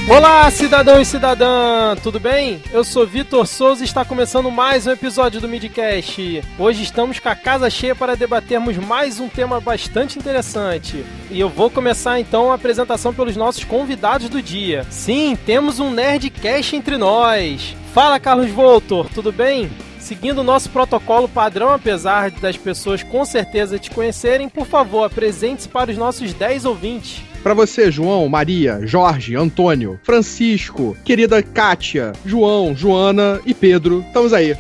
Olá, cidadão e cidadã, tudo bem? Eu sou Vitor Souza e está começando mais um episódio do Midcast. Hoje estamos com a casa cheia para debatermos mais um tema bastante interessante. E eu vou começar então a apresentação pelos nossos convidados do dia. Sim, temos um Nerdcast entre nós. Fala, Carlos Voltor, tudo bem? Seguindo o nosso protocolo padrão, apesar das pessoas com certeza te conhecerem, por favor, apresente-se para os nossos 10 ouvintes. Pra você, João, Maria, Jorge, Antônio, Francisco, querida Kátia, João, Joana e Pedro, estamos aí.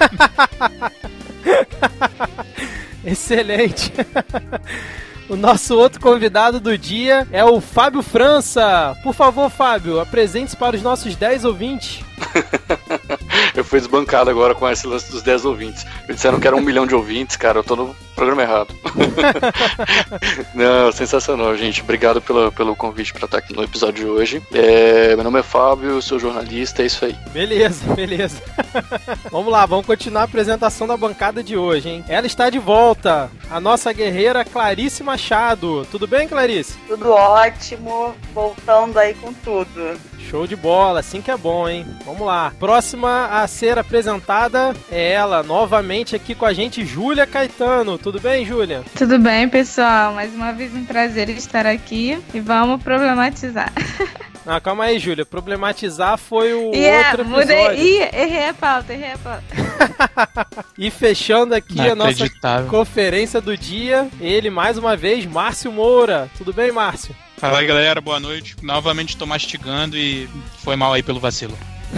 Excelente. O nosso outro convidado do dia é o Fábio França. Por favor, Fábio, apresente-se para os nossos 10 ouvintes. Eu fui desbancado agora com esse lance dos 10 ouvintes. Me disseram que era 1 milhão de ouvintes, cara, eu tô no programa errado. Não, sensacional, gente. Obrigado pelo convite pra estar aqui no episódio de hoje. Meu nome é Fábio, sou jornalista, é isso aí. Beleza. Vamos lá, vamos continuar a apresentação da bancada de hoje, hein? Ela está de volta, a nossa guerreira Clarice Machado. Tudo bem, Clarice? Tudo ótimo, voltando aí com tudo. Show de bola, assim que é bom, hein? Vamos lá. Próxima a ser apresentada é ela, novamente aqui com a gente, Júlia Caetano. Tudo bem, Júlia? Tudo bem, pessoal. Mais uma vez um prazer estar aqui e vamos problematizar. Ah, calma aí, Júlia. Problematizar foi o outro episódio. Mudei. Errei a pauta. E fechando aqui a nossa conferência do dia, ele mais uma vez, Márcio Moura. Tudo bem, Márcio? Fala aí, galera, boa noite. Novamente tô mastigando e foi mal aí pelo vacilo.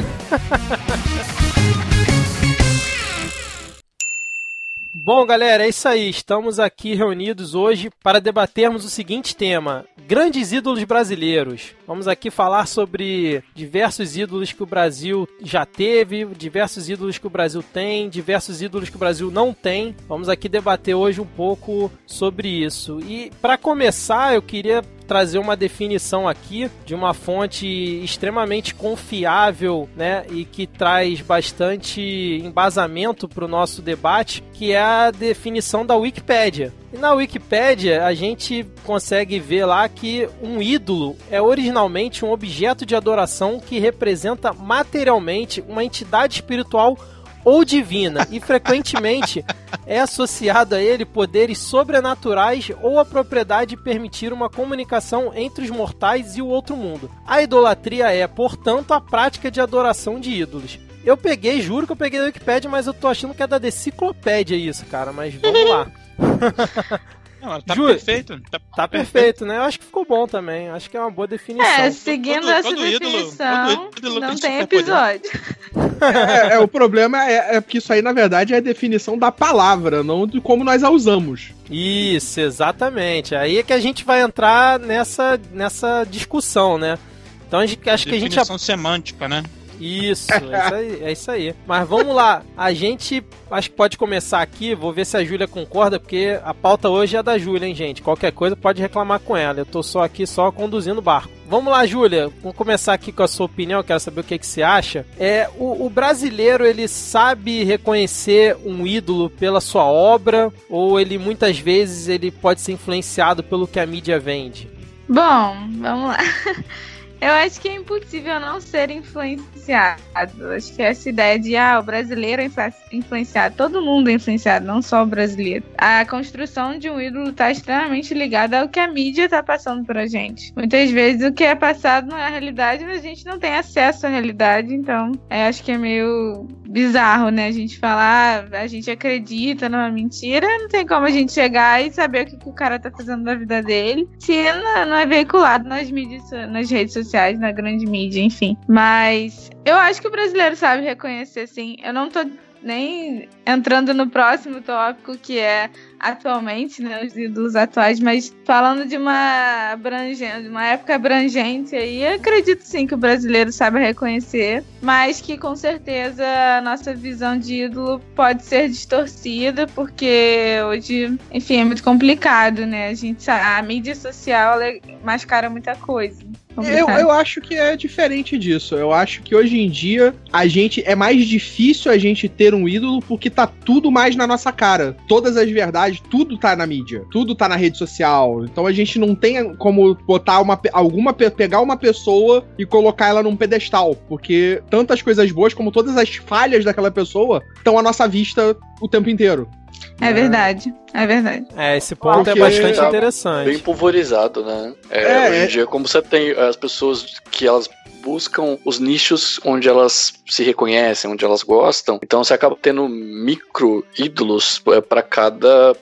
Bom, galera, é isso aí. Estamos aqui reunidos hoje para debatermos o seguinte tema: grandes ídolos brasileiros. Vamos aqui falar sobre diversos ídolos que o Brasil já teve, diversos ídolos que o Brasil tem, diversos ídolos que o Brasil não tem. Vamos aqui debater hoje um pouco sobre isso. E para começar, eu queria trazer uma definição aqui de uma fonte extremamente confiável, né, e que traz bastante embasamento para o nosso debate, que é a definição da Wikipédia. E na Wikipédia a gente consegue ver lá que um ídolo é originalmente um objeto de adoração que representa materialmente uma entidade espiritual ou divina, e frequentemente é associado a ele poderes sobrenaturais ou a propriedade de permitir uma comunicação entre os mortais e o outro mundo. A idolatria é, portanto, a prática de adoração de ídolos. Juro que eu peguei da Wikipédia, mas eu tô achando que é da Deciclopédia isso, cara, mas vamos lá. Não, tá perfeito. Tá perfeito, né? Eu acho que ficou bom também. Acho que é uma boa definição. Seguindo essa definição, não tem episódio. O problema é porque isso aí, na verdade, é a definição da palavra, não de como nós a usamos. Isso, exatamente. Aí é que a gente vai entrar nessa discussão, né? Então acho que a gente... Definição semântica, né? Isso, é isso aí. Mas vamos lá, a gente acho que pode começar aqui, vou ver se a Júlia concorda, porque a pauta hoje é da Júlia, hein, gente? Qualquer coisa pode reclamar com ela, eu tô só conduzindo o barco. Vamos lá, Júlia, vamos começar aqui com a sua opinião, quero saber o que você acha. O brasileiro, ele sabe reconhecer um ídolo pela sua obra, ou ele muitas vezes ele pode ser influenciado pelo que a mídia vende? Bom, vamos lá. Eu acho que é impossível não ser influenciado. Acho que essa ideia de o brasileiro é influenciado, todo mundo é influenciado, não só o brasileiro. A construção de um ídolo está extremamente ligada ao que a mídia está passando pra gente. Muitas vezes o que é passado não é a realidade, mas a gente não tem acesso à realidade, então acho que é meio bizarro, né? A gente falar, a gente acredita numa mentira, não tem como a gente chegar e saber o que o cara tá fazendo na vida dele, se não é veiculado nas mídias, nas redes sociais, na grande mídia, enfim. Mas eu acho que o brasileiro sabe reconhecer, sim. Eu não tô nem entrando no próximo tópico, que é atualmente, né, os ídolos atuais, mas falando de uma época abrangente aí, acredito sim que o brasileiro sabe reconhecer, mas que com certeza a nossa visão de ídolo pode ser distorcida, porque hoje, enfim, é muito complicado, né? A mídia social, ela mascara muita coisa. Eu acho que é diferente disso. Eu acho que hoje em dia é mais difícil a gente ter um ídolo porque tá tudo mais na nossa cara. Todas as verdades, tudo tá na mídia, tudo tá na rede social. Então a gente não tem como botar pegar uma pessoa e colocar ela num pedestal, porque tantas coisas boas como todas as falhas daquela pessoa estão à nossa vista o tempo inteiro. É verdade. Esse ponto é bastante interessante. Bem pulverizado, né? Hoje em dia, como você tem as pessoas que elas buscam os nichos onde elas se reconhecem, onde elas gostam, então você acaba tendo micro ídolos para cada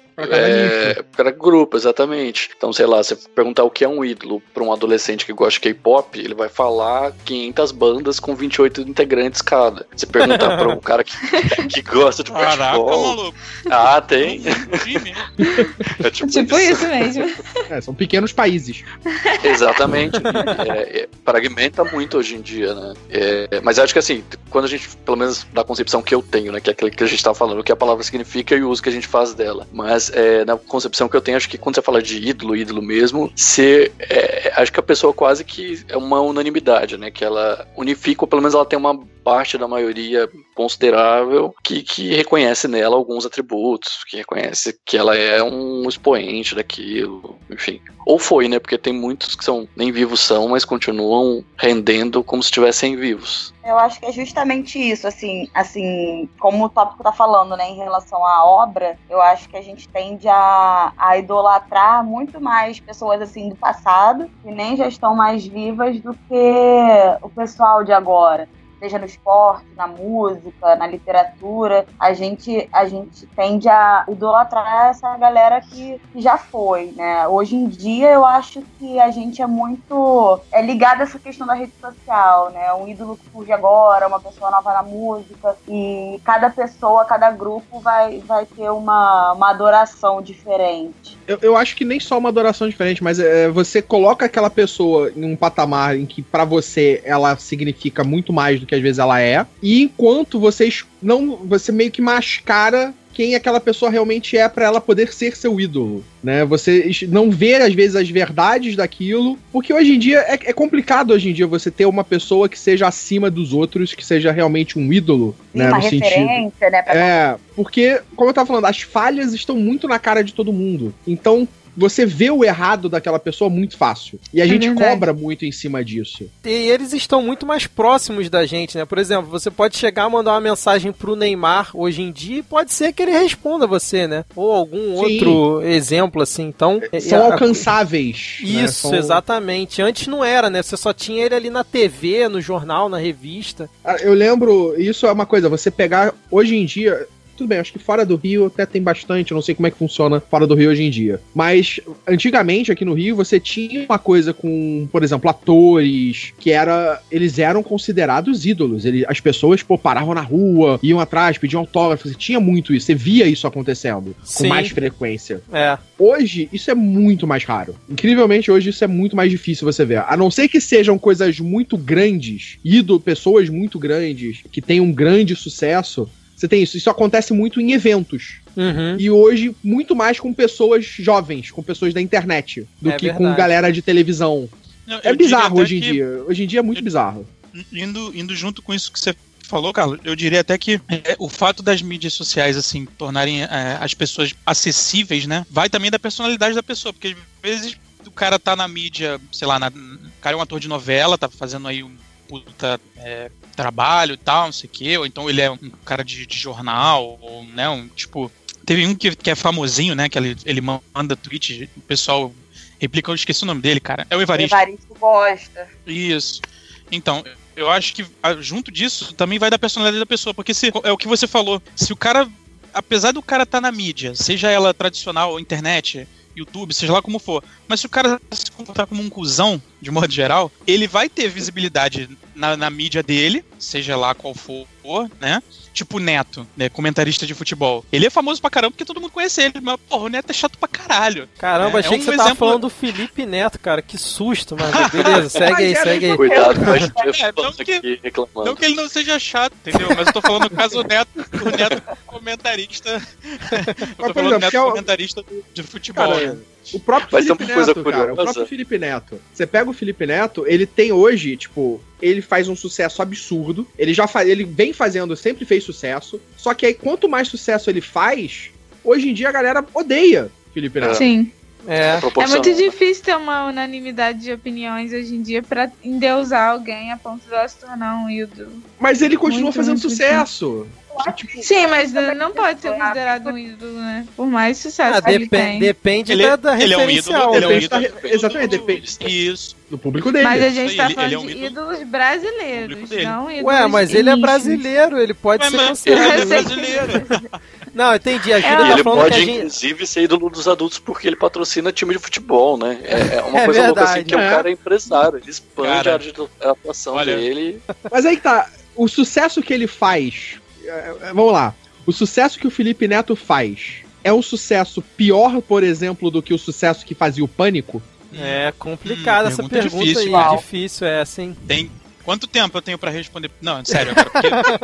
grupo, exatamente. Então, sei lá, você perguntar o que é um ídolo para um adolescente que gosta de K-pop, ele vai falar 500 bandas com 28 integrantes cada. Você perguntar para um cara que gosta de futebol... maluco. Tem. É tipo isso mesmo. São pequenos países. Exatamente. Fragmenta muito hoje em dia, né? Mas acho que assim, quando a gente, pelo menos da concepção que eu tenho, né, que é aquele que a gente tá falando, o que a palavra significa e o uso que a gente faz dela. Mas na concepção que eu tenho, acho que quando você fala de ídolo mesmo, acho que a pessoa quase que é uma unanimidade, né? Que ela unifica, ou pelo menos ela tem uma parte da maioria considerável que reconhece nela alguns atributos, que reconhece que ela é um expoente daquilo, enfim. Ou foi, né? Porque tem muitos que nem vivos são, mas continuam rendendo como se estivessem vivos. Eu acho que é justamente isso, assim, como o tópico tá falando, né, em relação à obra, eu acho que a gente tende a idolatrar muito mais pessoas, assim, do passado, que nem já estão mais vivas do que o pessoal de agora. Seja no esporte, na música, na literatura, a gente tende a idolatrar essa galera que já foi, né? Hoje em dia, eu acho que a gente é muito ligado a essa questão da rede social, né? Um ídolo que surge agora, uma pessoa nova na música, e cada pessoa, cada grupo vai ter uma adoração diferente. Eu acho que nem só uma adoração diferente, mas você coloca aquela pessoa em um patamar em que pra você ela significa muito mais do que às vezes ela é, e enquanto você meio que mascara quem aquela pessoa realmente é pra ela poder ser seu ídolo, né? Você não vê, às vezes, as verdades daquilo, porque hoje em dia é complicado hoje em dia você ter uma pessoa que seja acima dos outros, que seja realmente um ídolo, né? Uma no referência, sentido, né? Porque, como eu tava falando, as falhas estão muito na cara de todo mundo. Então, você vê o errado daquela pessoa muito fácil. E a gente cobra muito em cima disso. E eles estão muito mais próximos da gente, né? Por exemplo, você pode chegar a mandar uma mensagem pro Neymar hoje em dia e pode ser que ele responda você, né? Ou algum outro exemplo, assim. Então, são alcançáveis. Isso, né? Exatamente. Antes não era, né? Você só tinha ele ali na TV, no jornal, na revista. Eu lembro, isso é uma coisa, você pegar hoje em dia... Tudo bem, acho que fora do Rio até tem bastante, eu não sei como é que funciona fora do Rio hoje em dia. Mas, antigamente, aqui no Rio, você tinha uma coisa com, por exemplo, atores, que eles eram considerados ídolos. As pessoas, paravam na rua, iam atrás, pediam autógrafo, você tinha muito isso, você via isso acontecendo com mais frequência. Hoje, isso é muito mais raro. Incrivelmente, hoje isso é muito mais difícil você ver. A não ser que sejam coisas muito grandes, pessoas muito grandes, que tenham um grande sucesso. Você tem isso. Isso acontece muito em eventos. Uhum. E hoje, muito mais com pessoas jovens, com pessoas da internet, do que verdade. Com galera de televisão. É bizarro hoje em dia. Hoje em dia é muito bizarro. Indo junto com isso que você falou, Carlos, eu diria até que o fato das mídias sociais, assim, tornarem as pessoas acessíveis, né? Vai também da personalidade da pessoa, porque às vezes o cara tá na mídia, sei lá, o cara é um ator de novela, tá fazendo aí um puta trabalho e tal, não sei o quê, ou então ele é um cara de jornal, ou, né, teve um que é famosinho, né, que ele manda tweet, o pessoal replica, eu esqueci o nome dele, cara, é o Evaristo. Evaristo gosta. Isso. Então, eu acho que junto disso também vai da personalidade da pessoa, porque é o que você falou, se o cara, apesar do cara estar na mídia, seja ela tradicional ou internet, YouTube, seja lá como for, mas se o cara se comportar como um cuzão, de modo geral, ele vai ter visibilidade na mídia dele, seja lá qual for, né? Tipo o Neto, né? Comentarista de futebol. Ele é famoso pra caramba porque todo mundo conhece ele, mas, porra, o Neto é chato pra caralho. Caramba, achei que você tava falando do Felipe Neto, cara. Que susto, mano. Beleza, segue aí. Cuidado, mas não que ele não seja chato, entendeu? Mas eu tô falando no caso do Neto comentarista comentarista. Mas, Eu tô por falando exemplo, comentarista de futebol, cara, né? o próprio Vai ser Felipe uma coisa Neto, cara. O curiosa. próprio Felipe Neto. Você pega o Felipe Neto, ele tem hoje, tipo, ele faz um sucesso absurdo. Ele ele vem fazendo, sempre fez sucesso. Só que aí, quanto mais sucesso ele faz, hoje em dia a galera odeia Felipe Neto. Sim. É. É muito difícil ter uma unanimidade de opiniões hoje em dia pra endeusar alguém a ponto de ela se tornar um ídolo. Mas ele continua Muito, fazendo muito sucesso. Sim, mas não pode ser considerado um ídolo, né? Por mais sucesso que ele tem. Depende Ele- da ele é um referencial. ídolo, ele é um Depende ídolo. da- exatamente, depende Isso. do público dele. Mas a gente tá Ele é falando um de ídolo. ídolos Público brasileiros, dele. não ídolos Ué, mas ele é nichos. brasileiro, ele pode Ué, ser mas considerado. ele é Eu sei. brasileiro. Não, entendi. A É, Júlia E tá ele falando que a pode, gente. inclusive, ser ídolo dos adultos porque ele patrocina time de futebol, né? É uma É coisa louca assim, verdade. que o cara é empresário. Ele expande Cara, a área de atuação olha, dele. Mas aí que tá, o sucesso que ele faz. Vamos lá. O sucesso que o Felipe Neto faz é um sucesso pior, por exemplo, do que o sucesso que fazia o Pânico? É complicada essa pergunta pergunta difícil, aí. Uau. Difícil, é assim. Tem. Quanto tempo eu tenho pra responder? Não, sério, cara,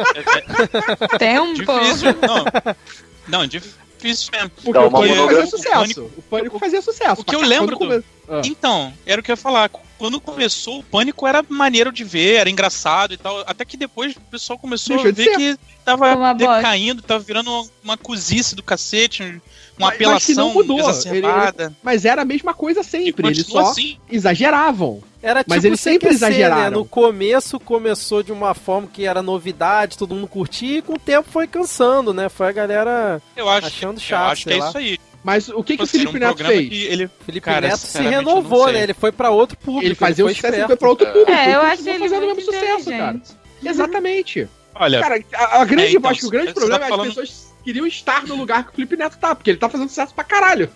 porque Tem um pouco. difícil. Não, difícil mesmo. Porque Dá o uma Pânico monografia. fazia sucesso. O Pânico fazia sucesso. O que eu lembro Quando come- Então, era o que eu ia falar. Quando começou, o Pânico era maneiro de ver, era engraçado e tal. Até que depois o pessoal começou Deixou a de ver ser. que tava Uma bosta. decaindo, tava virando uma cozice do cacete, uma Mas que não apelação mudou. exacerbada. Mas era a mesma coisa E sempre. Eles continua só assim. exageravam. Era Mas tipo eles sempre CQC, né? exageraram. No começo começou de uma forma que era novidade, todo mundo curtia, e com o tempo foi cansando, né? Foi a galera Eu acho, achando eu chato, acho que sei é lá. isso aí. Mas o que o Tipo assim, era Felipe Neto programa fez? que ele, Felipe cara, Neto se sinceramente, eu renovou, não sei. né? Ele foi pra outro público. Ele fazia o foi sucesso e esperto. foi pra outro público. É, eu Ele achei ele fazendo o muito mesmo sucesso, cara. inteligente. Exatamente. Olha, Cara, a grande, então, acho que o grande você problema tá é que falando- as pessoas queriam estar no lugar que o Felipe Neto tá, porque ele tá fazendo sucesso pra caralho.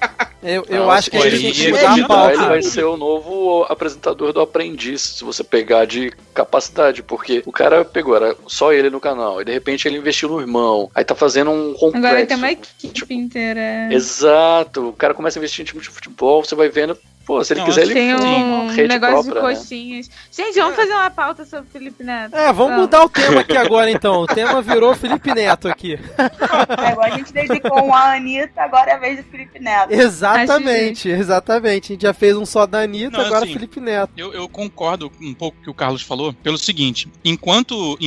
Eu acho que a olha, gente tem que ele- mudar a ele- pauta. Ele vai ser o novo apresentador do Aprendiz, se você pegar de capacidade, porque o cara pegou, era só ele no canal, e de repente ele investiu no irmão, aí tá fazendo um complexo. Agora tem uma equipe Tipo, inteira. Exato, o cara começa a investir em time de futebol, você vai vendo, pô, se ele Não, quiser, ele Tem faz um uma rede negócio própria, de né? coxinhas. Gente, vamos fazer uma pauta sobre o Felipe Neto. É, vamos mudar o tema aqui agora então. O tema virou Felipe Neto aqui. Agora a gente dedicou a Anitta, agora é a vez do Felipe Neto. Exatamente, exatamente. A gente já fez um só da Anitta, Não, agora assim, Felipe Neto. eu concordo um pouco com o que o Carlos falou, pelo seguinte, enquanto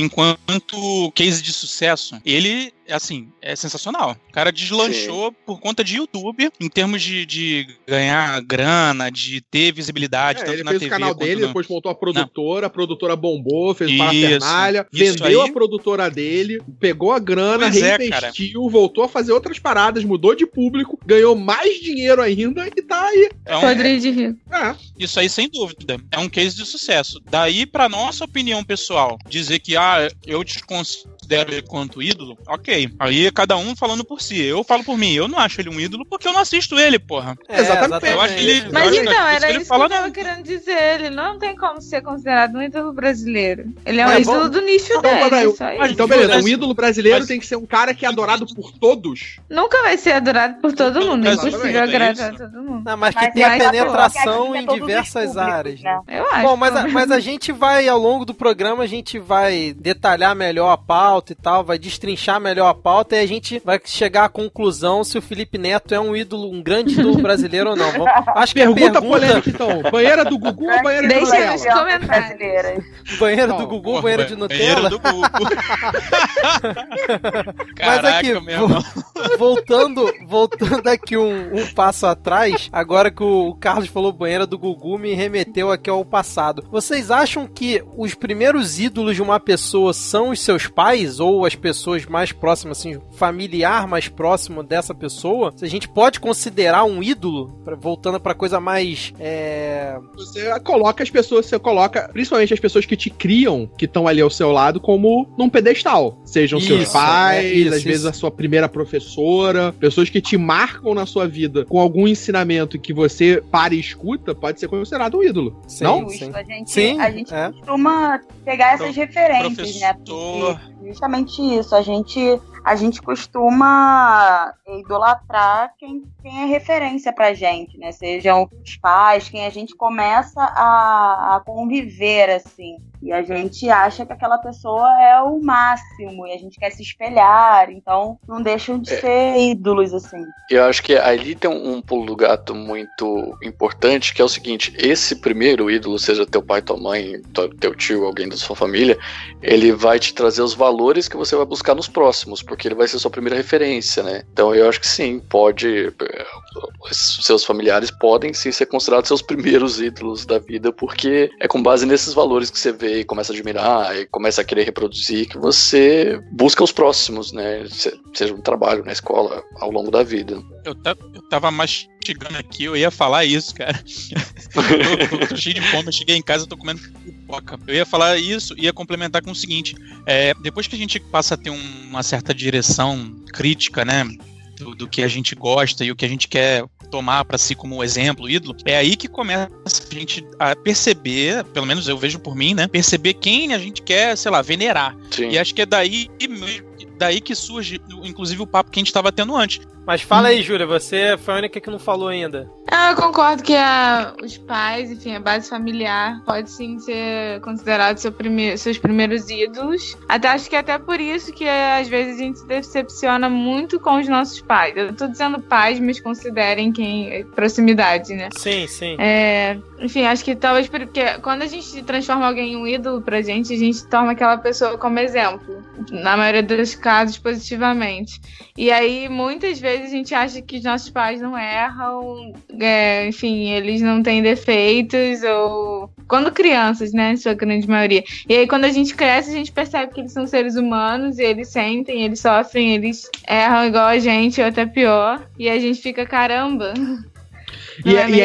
case de sucesso, ele, assim, é sensacional. O cara deslanchou por conta de YouTube, em termos de ganhar grana, de ter visibilidade, tanto Ele na fez TV o canal quanto dele, no... depois montou a produtora bombou, fez Isso, parafernália, isso vendeu aí. a produtora dele, pegou a grana, Pois é, reinvestiu, voltou a fazer outras paradas, mudou de público, ganhou mais dinheiro ainda e tá aí. Podre de rico. É. Isso aí, sem dúvida, é um case de sucesso. Daí, pra nossa opinião pessoal, dizer que, eu te considero ele quanto ídolo, ok. Aí, cada um falando por si. Eu falo por mim, eu não acho ele um ídolo porque eu não assisto ele, porra. Exatamente. Eu acho que ele- Mas acho que então, isso era que ele isso fala, que eu tava não. querendo dizer. Ele não tem como ser considerado um ídolo brasileiro. Ele é um É, ídolo bom. do nicho Então, dele. peraí, Só mas isso. Então, beleza, Mas- um ídolo brasileiro mas- tem que ser um cara que é adorado por todos. Nunca vai ser adorado por todo Pelo mundo. É Brasil, impossível é agradar isso. todo mundo. Não, mas que Mas tem a vai dar penetração pra- em todos os diversas públicos, áreas. né? Eu acho. Bom, mas a gente vai, ao longo do programa, a gente vai detalhar melhor a pauta e tal, vai destrinchar melhor a pauta e a gente vai chegar à conclusão se o Felipe Neto é um ídolo, um grande ídolo brasileiro ou não. Acho que a Pergunta pergunta polêmica, então. Banheira do Gugu ou banheira de Deixa Nutella? nos comentários. Brasileiras. banheiro Não, do Gugu, Porra, banheiro de banheiro Nutella. do Gugu. Mas Caraca, aqui, meu irmão. voltando aqui um passo atrás, agora que o Carlos falou banheira do Gugu, me remeteu aqui ao passado. Vocês acham que os primeiros ídolos de uma pessoa são os seus pais ou as pessoas mais próximas, assim, familiar mais próximo dessa pessoa? Se a gente pode considerar um ídolo, voltando pra coisa mais... Você coloca as pessoas, principalmente as pessoas que te criam, que estão ali ao seu lado, como num pedestal. Sejam seus Isso, pais, isso, às vezes isso. a sua primeira professora, pessoas que te marcam na sua vida com algum ensinamento que você para e escuta, pode ser considerado um ídolo. Sim, não? sim. A gente é. costuma pegar essas referências, né? Professor. Porque justamente isso, a gente costuma idolatrar quem é referência pra gente, né? Sejam os pais, quem a gente começa a conviver, assim. E a gente acha que aquela pessoa é o máximo e a gente quer se espelhar, então não deixam de ser ídolos, assim. Eu acho que ali tem um pulo do gato muito importante, que é o seguinte: esse primeiro ídolo, seja teu pai, tua mãe, teu tio, alguém da sua família, ele vai te trazer os valores que você vai buscar nos próximos, porque ele vai ser sua primeira referência, né? Então eu acho que sim, seus familiares podem sim ser considerados seus primeiros ídolos da vida, porque é com base nesses valores que você vê e começa a admirar e começa a querer reproduzir que você busca os próximos, né? Seja no trabalho, na escola, ao longo da vida. Eu tava mastigando aqui, eu ia falar isso, cara. eu tô cheio de fome, eu cheguei em casa, eu tô comendo pipoca. Eu ia falar isso e ia complementar com o seguinte: depois que a gente passa a ter uma certa direção crítica, né, do que a gente gosta e o que a gente quer tomar para si como exemplo, ídolo, é aí que começa a gente a perceber, pelo menos eu vejo por mim, né, perceber quem a gente quer, sei lá, venerar. Sim. E acho que é daí que surge, inclusive, o papo que a gente estava tendo antes. Mas fala aí, Júlia, você foi a única que não falou ainda. Eu concordo que os pais, enfim, a base familiar pode sim ser considerado seus primeiros ídolos. Acho que até por isso que às vezes a gente se decepciona muito com os nossos pais. Eu tô dizendo pais, mas considerem proximidade, né? Sim, sim. Enfim, acho que talvez porque quando a gente transforma alguém em um ídolo pra gente, a gente torna aquela pessoa como exemplo. Na maioria dos casos, positivamente. E aí, muitas vezes, a gente acha que os nossos pais não erram, enfim, eles não têm defeitos, ou quando crianças, né, em sua grande maioria. E aí, quando a gente cresce, a gente percebe que eles são seres humanos, e eles sentem, eles sofrem, eles erram igual a gente, ou até pior, e a gente fica, caramba. E é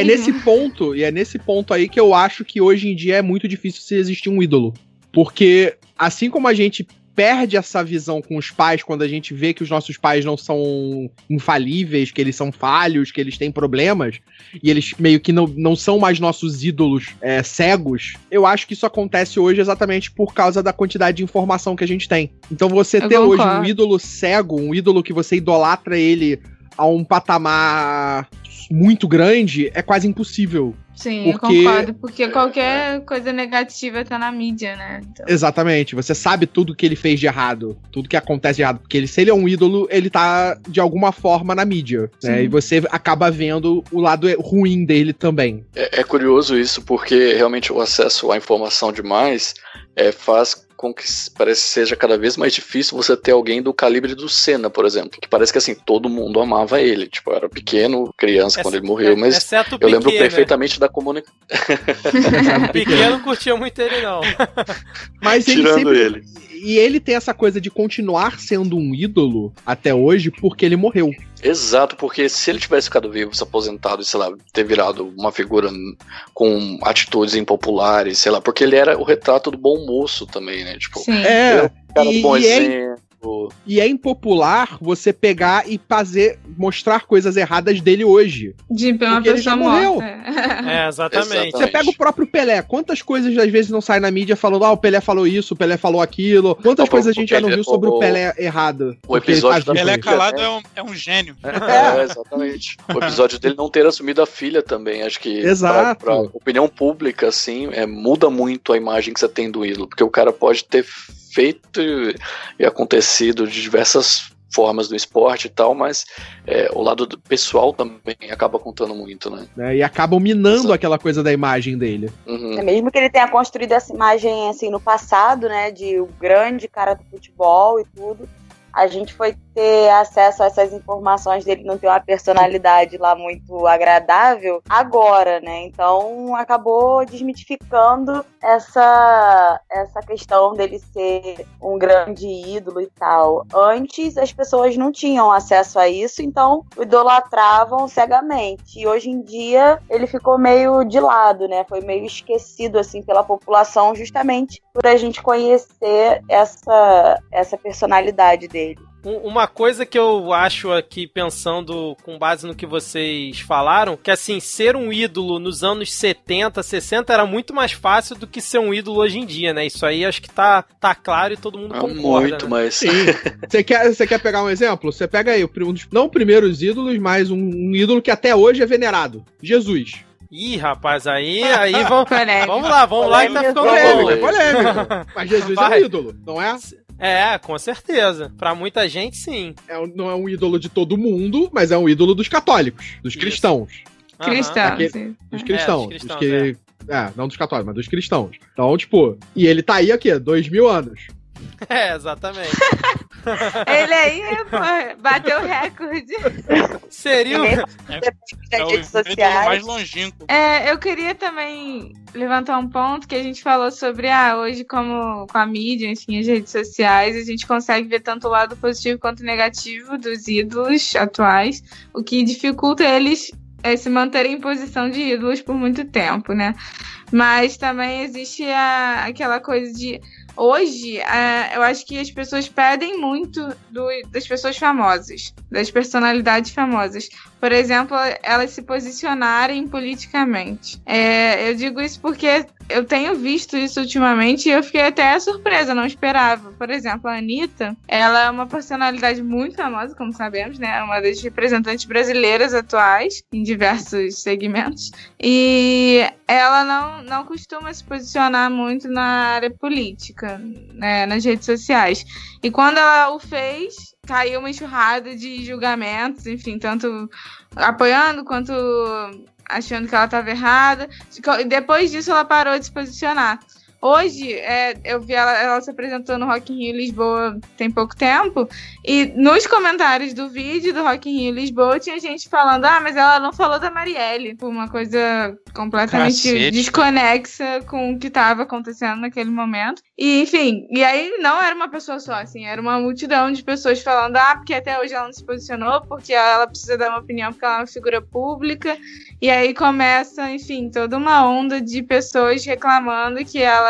nesse ponto aí que eu acho que hoje em dia é muito difícil se existir um ídolo. Porque, assim como a gente perde essa visão com os pais quando a gente vê que os nossos pais não são infalíveis, que eles são falhos, que eles têm problemas, e eles meio que não são mais nossos ídolos cegos. Eu acho que isso acontece hoje exatamente por causa da quantidade de informação que a gente tem. Então você ter hoje um ídolo cego, um ídolo que você idolatra ele a um patamar muito grande, é quase impossível. Sim, eu concordo, porque qualquer coisa negativa tá na mídia, né? Então... Exatamente, você sabe tudo que ele fez de errado, tudo que acontece de errado, porque se ele é um ídolo, ele tá de alguma forma na mídia, né? E você acaba vendo o lado ruim dele também. É curioso isso, porque realmente o acesso à informação demais faz com que parece que seja cada vez mais difícil você ter alguém do calibre do Senna, por exemplo, que parece que assim, todo mundo amava ele, tipo, eu era pequeno, criança quando ele morreu, mas eu lembro perfeitamente da comunicação. O pequeno curtia muito ele, não. Mas ele E ele tem essa coisa de continuar sendo um ídolo até hoje porque ele morreu. Exato, porque se ele tivesse ficado vivo, se aposentado e, sei lá, ter virado uma figura com atitudes impopulares, sei lá, porque ele era o retrato do bom moço também, né? Tipo, sim. Ele era um cara do bom exemplo. E é impopular você pegar e mostrar coisas erradas dele hoje. De uma porque ele já morreu. Exatamente. Você pega o próprio Pelé. Quantas coisas às vezes não saem na mídia falando, o Pelé falou isso, o Pelé falou aquilo. Quantas coisas a gente já não viu sobre o Pelé errado? O episódio do Pelé calado é um gênio. Exatamente. O episódio dele não ter assumido a filha também. Acho que pra opinião pública, assim, muda muito a imagem que você tem do ídolo. Porque o cara pode ter feito e acontecido de diversas formas do esporte e tal, mas o lado pessoal também acaba contando muito, né? E acabam minando aquela coisa da imagem dele. Uhum. Mesmo que ele tenha construído essa imagem assim no passado, né, de o grande cara do futebol e tudo, a gente foi ter acesso a essas informações dele não ter uma personalidade lá muito agradável agora, né? Então acabou desmitificando essa questão dele ser um grande ídolo e tal. Antes as pessoas não tinham acesso a isso, então o idolatravam cegamente. E hoje em dia ele ficou meio de lado, né? Foi meio esquecido assim pela população, justamente por a gente conhecer essa personalidade dele. Uma coisa que eu acho aqui, pensando com base no que vocês falaram, que assim, ser um ídolo nos anos 70, 60 era muito mais fácil do que ser um ídolo hoje em dia, né? Isso aí acho que tá claro e todo mundo concorda. Muito, né? mas... Sim. Você quer pegar um exemplo? Você pega aí, não primeiros ídolos, mas um ídolo que até hoje é venerado. Jesus. Ih, rapaz, aí vamos Polêmico. vamos lá que tá ficando bom. Polêmica. Mas Jesus é um ídolo, não é? É, com certeza. Pra muita gente, sim. Não é um ídolo de todo mundo, mas é um ídolo dos católicos, dos cristãos. Cristão, Aquele- sim. Dos cristãos. dos dos cristãos, que... não dos católicos, mas dos cristãos. Então, tipo, e ele tá aí aqui, 2000 anos. É, exatamente. Ele aí, pô, bateu o recorde. Seria Ninguém o... das o redes ídolo sociais. mais longínquo. Eu queria também levantar um ponto que a gente falou sobre hoje, como com a mídia, enfim, as redes sociais, a gente consegue ver tanto o lado positivo quanto o negativo dos ídolos atuais, o que dificulta eles se manterem em posição de ídolos por muito tempo, né? Mas também existe aquela coisa de... Hoje, eu acho que as pessoas pedem muito das pessoas famosas, das personalidades famosas. Por exemplo, elas se posicionarem politicamente. Eu digo isso porque eu tenho visto isso ultimamente e eu fiquei até surpresa, não esperava. Por exemplo, a Anitta, ela é uma personalidade muito famosa, como sabemos, né? É uma das representantes brasileiras atuais em diversos segmentos. E ela não costuma se posicionar muito na área política, né, nas redes sociais. E quando ela o fez, caiu uma enxurrada de julgamentos, enfim, tanto apoiando quanto achando que ela estava errada. Depois disso, ela parou de se posicionar. Hoje, eu vi ela se apresentou no Rock in Rio Lisboa tem pouco tempo, e nos comentários do vídeo do Rock in Rio Lisboa tinha gente falando, mas ela não falou da Marielle, por uma coisa completamente desconexa com o que estava acontecendo naquele momento. E, enfim, e aí não era uma pessoa só, assim, era uma multidão de pessoas falando, porque até hoje ela não se posicionou, porque ela precisa dar uma opinião porque ela é uma figura pública, e aí começa, enfim, toda uma onda de pessoas reclamando que ela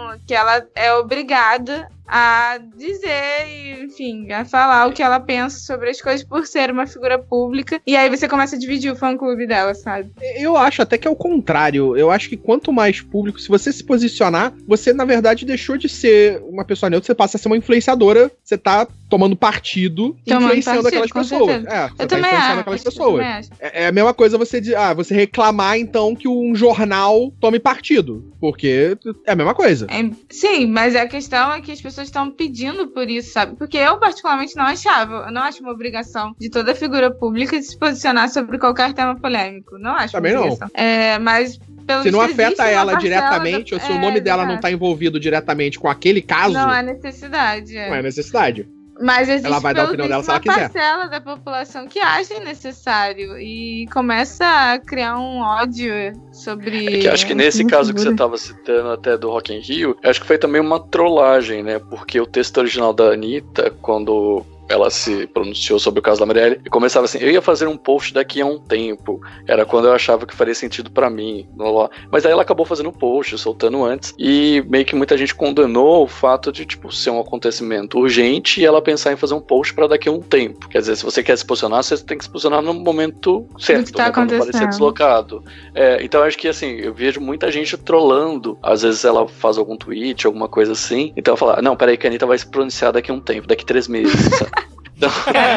é obrigada a dizer e, enfim, a falar o que ela pensa sobre as coisas por ser uma figura pública. E aí você começa a dividir o fã-clube dela, sabe? Eu acho até que é o contrário. Eu acho que quanto mais público, se você se posicionar, você, na verdade, deixou de ser uma pessoa neutra, você passa a ser uma influenciadora, você tá tomando partido, influenciando aquelas pessoas. Eu também acho. Aquelas pessoas. É a mesma coisa você você reclamar, então, que um jornal tome partido. Porque é a mesma coisa. Sim, mas a questão é que as pessoas estão pedindo por isso, sabe? Porque eu, particularmente, não acho uma obrigação de toda figura pública se posicionar sobre qualquer tema polêmico. Não acho. Também não. Mas se não afeta ela diretamente, ou se o nome dela não tá envolvido diretamente com aquele caso... Não há necessidade. Não é necessidade. Mas existe, ela vai dar a opinião dela se ela quiser. Uma parcela da população que acha necessário e começa a criar um ódio sobre... que acho que nesse caso que você estava citando até do Rock in Rio, acho que foi também uma trollagem, né? Porque o texto original da Anitta, quando ela se pronunciou sobre o caso da Marielle, e começava assim, eu ia fazer um post daqui a um tempo, era quando eu achava que faria sentido pra mim, mas aí ela acabou fazendo um post, soltando antes, e meio que muita gente condenou o fato de, tipo, ser um acontecimento urgente e ela pensar em fazer um post pra daqui a um tempo. Quer dizer, se você quer se posicionar, você tem que se posicionar no momento certo, tá pra não parecer deslocado. Então acho que, assim, eu vejo muita gente trollando, às vezes ela faz algum tweet, alguma coisa assim, então ela fala, não, peraí que a Anitta vai se pronunciar daqui a um tempo, daqui 3 meses, sabe? Então,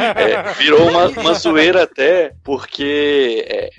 virou uma zoeira até, porque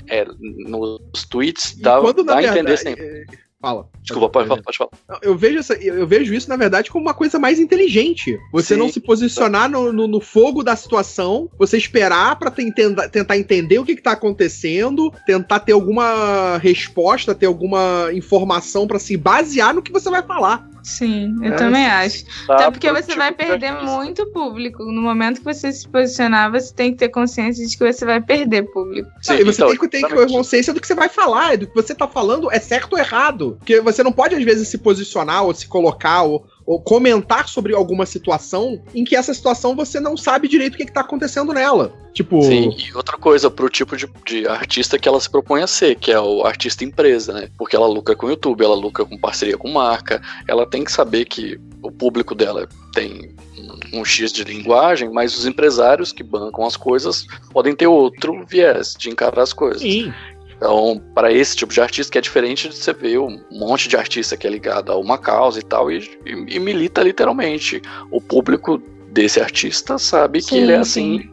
nos tweets dá a entender sempre. Fala. Desculpa, pode falar. Eu vejo isso, na verdade, como uma coisa mais inteligente. Você não se posicionar no fogo da situação, você esperar pra tentar entender o que tá acontecendo, tentar ter alguma resposta, ter alguma informação pra se basear no que você vai falar. Sim, eu também acho. Até porque você vai perder muito público. No momento que você se posicionar, você tem que ter consciência de que você vai perder público. Sim, e você tem que ter consciência do que você vai falar, do que você tá falando é certo ou errado. Porque você não pode, às vezes, se posicionar ou se colocar ou comentar sobre alguma situação em que essa situação você não sabe direito o que tá acontecendo nela. Tipo... Sim, e outra coisa, pro tipo de artista que ela se propõe a ser, que é o artista empresa, né? Porque ela lucra com o YouTube, ela lucra com parceria com marca, ela tem que saber que o público dela tem um X de linguagem, mas os empresários que bancam as coisas podem ter outro viés de encarar as coisas. Sim. Então, para esse tipo de artista, que é diferente de você ver um monte de artista que é ligado a uma causa e tal, e milita literalmente. O público desse artista sabe que ele é assim,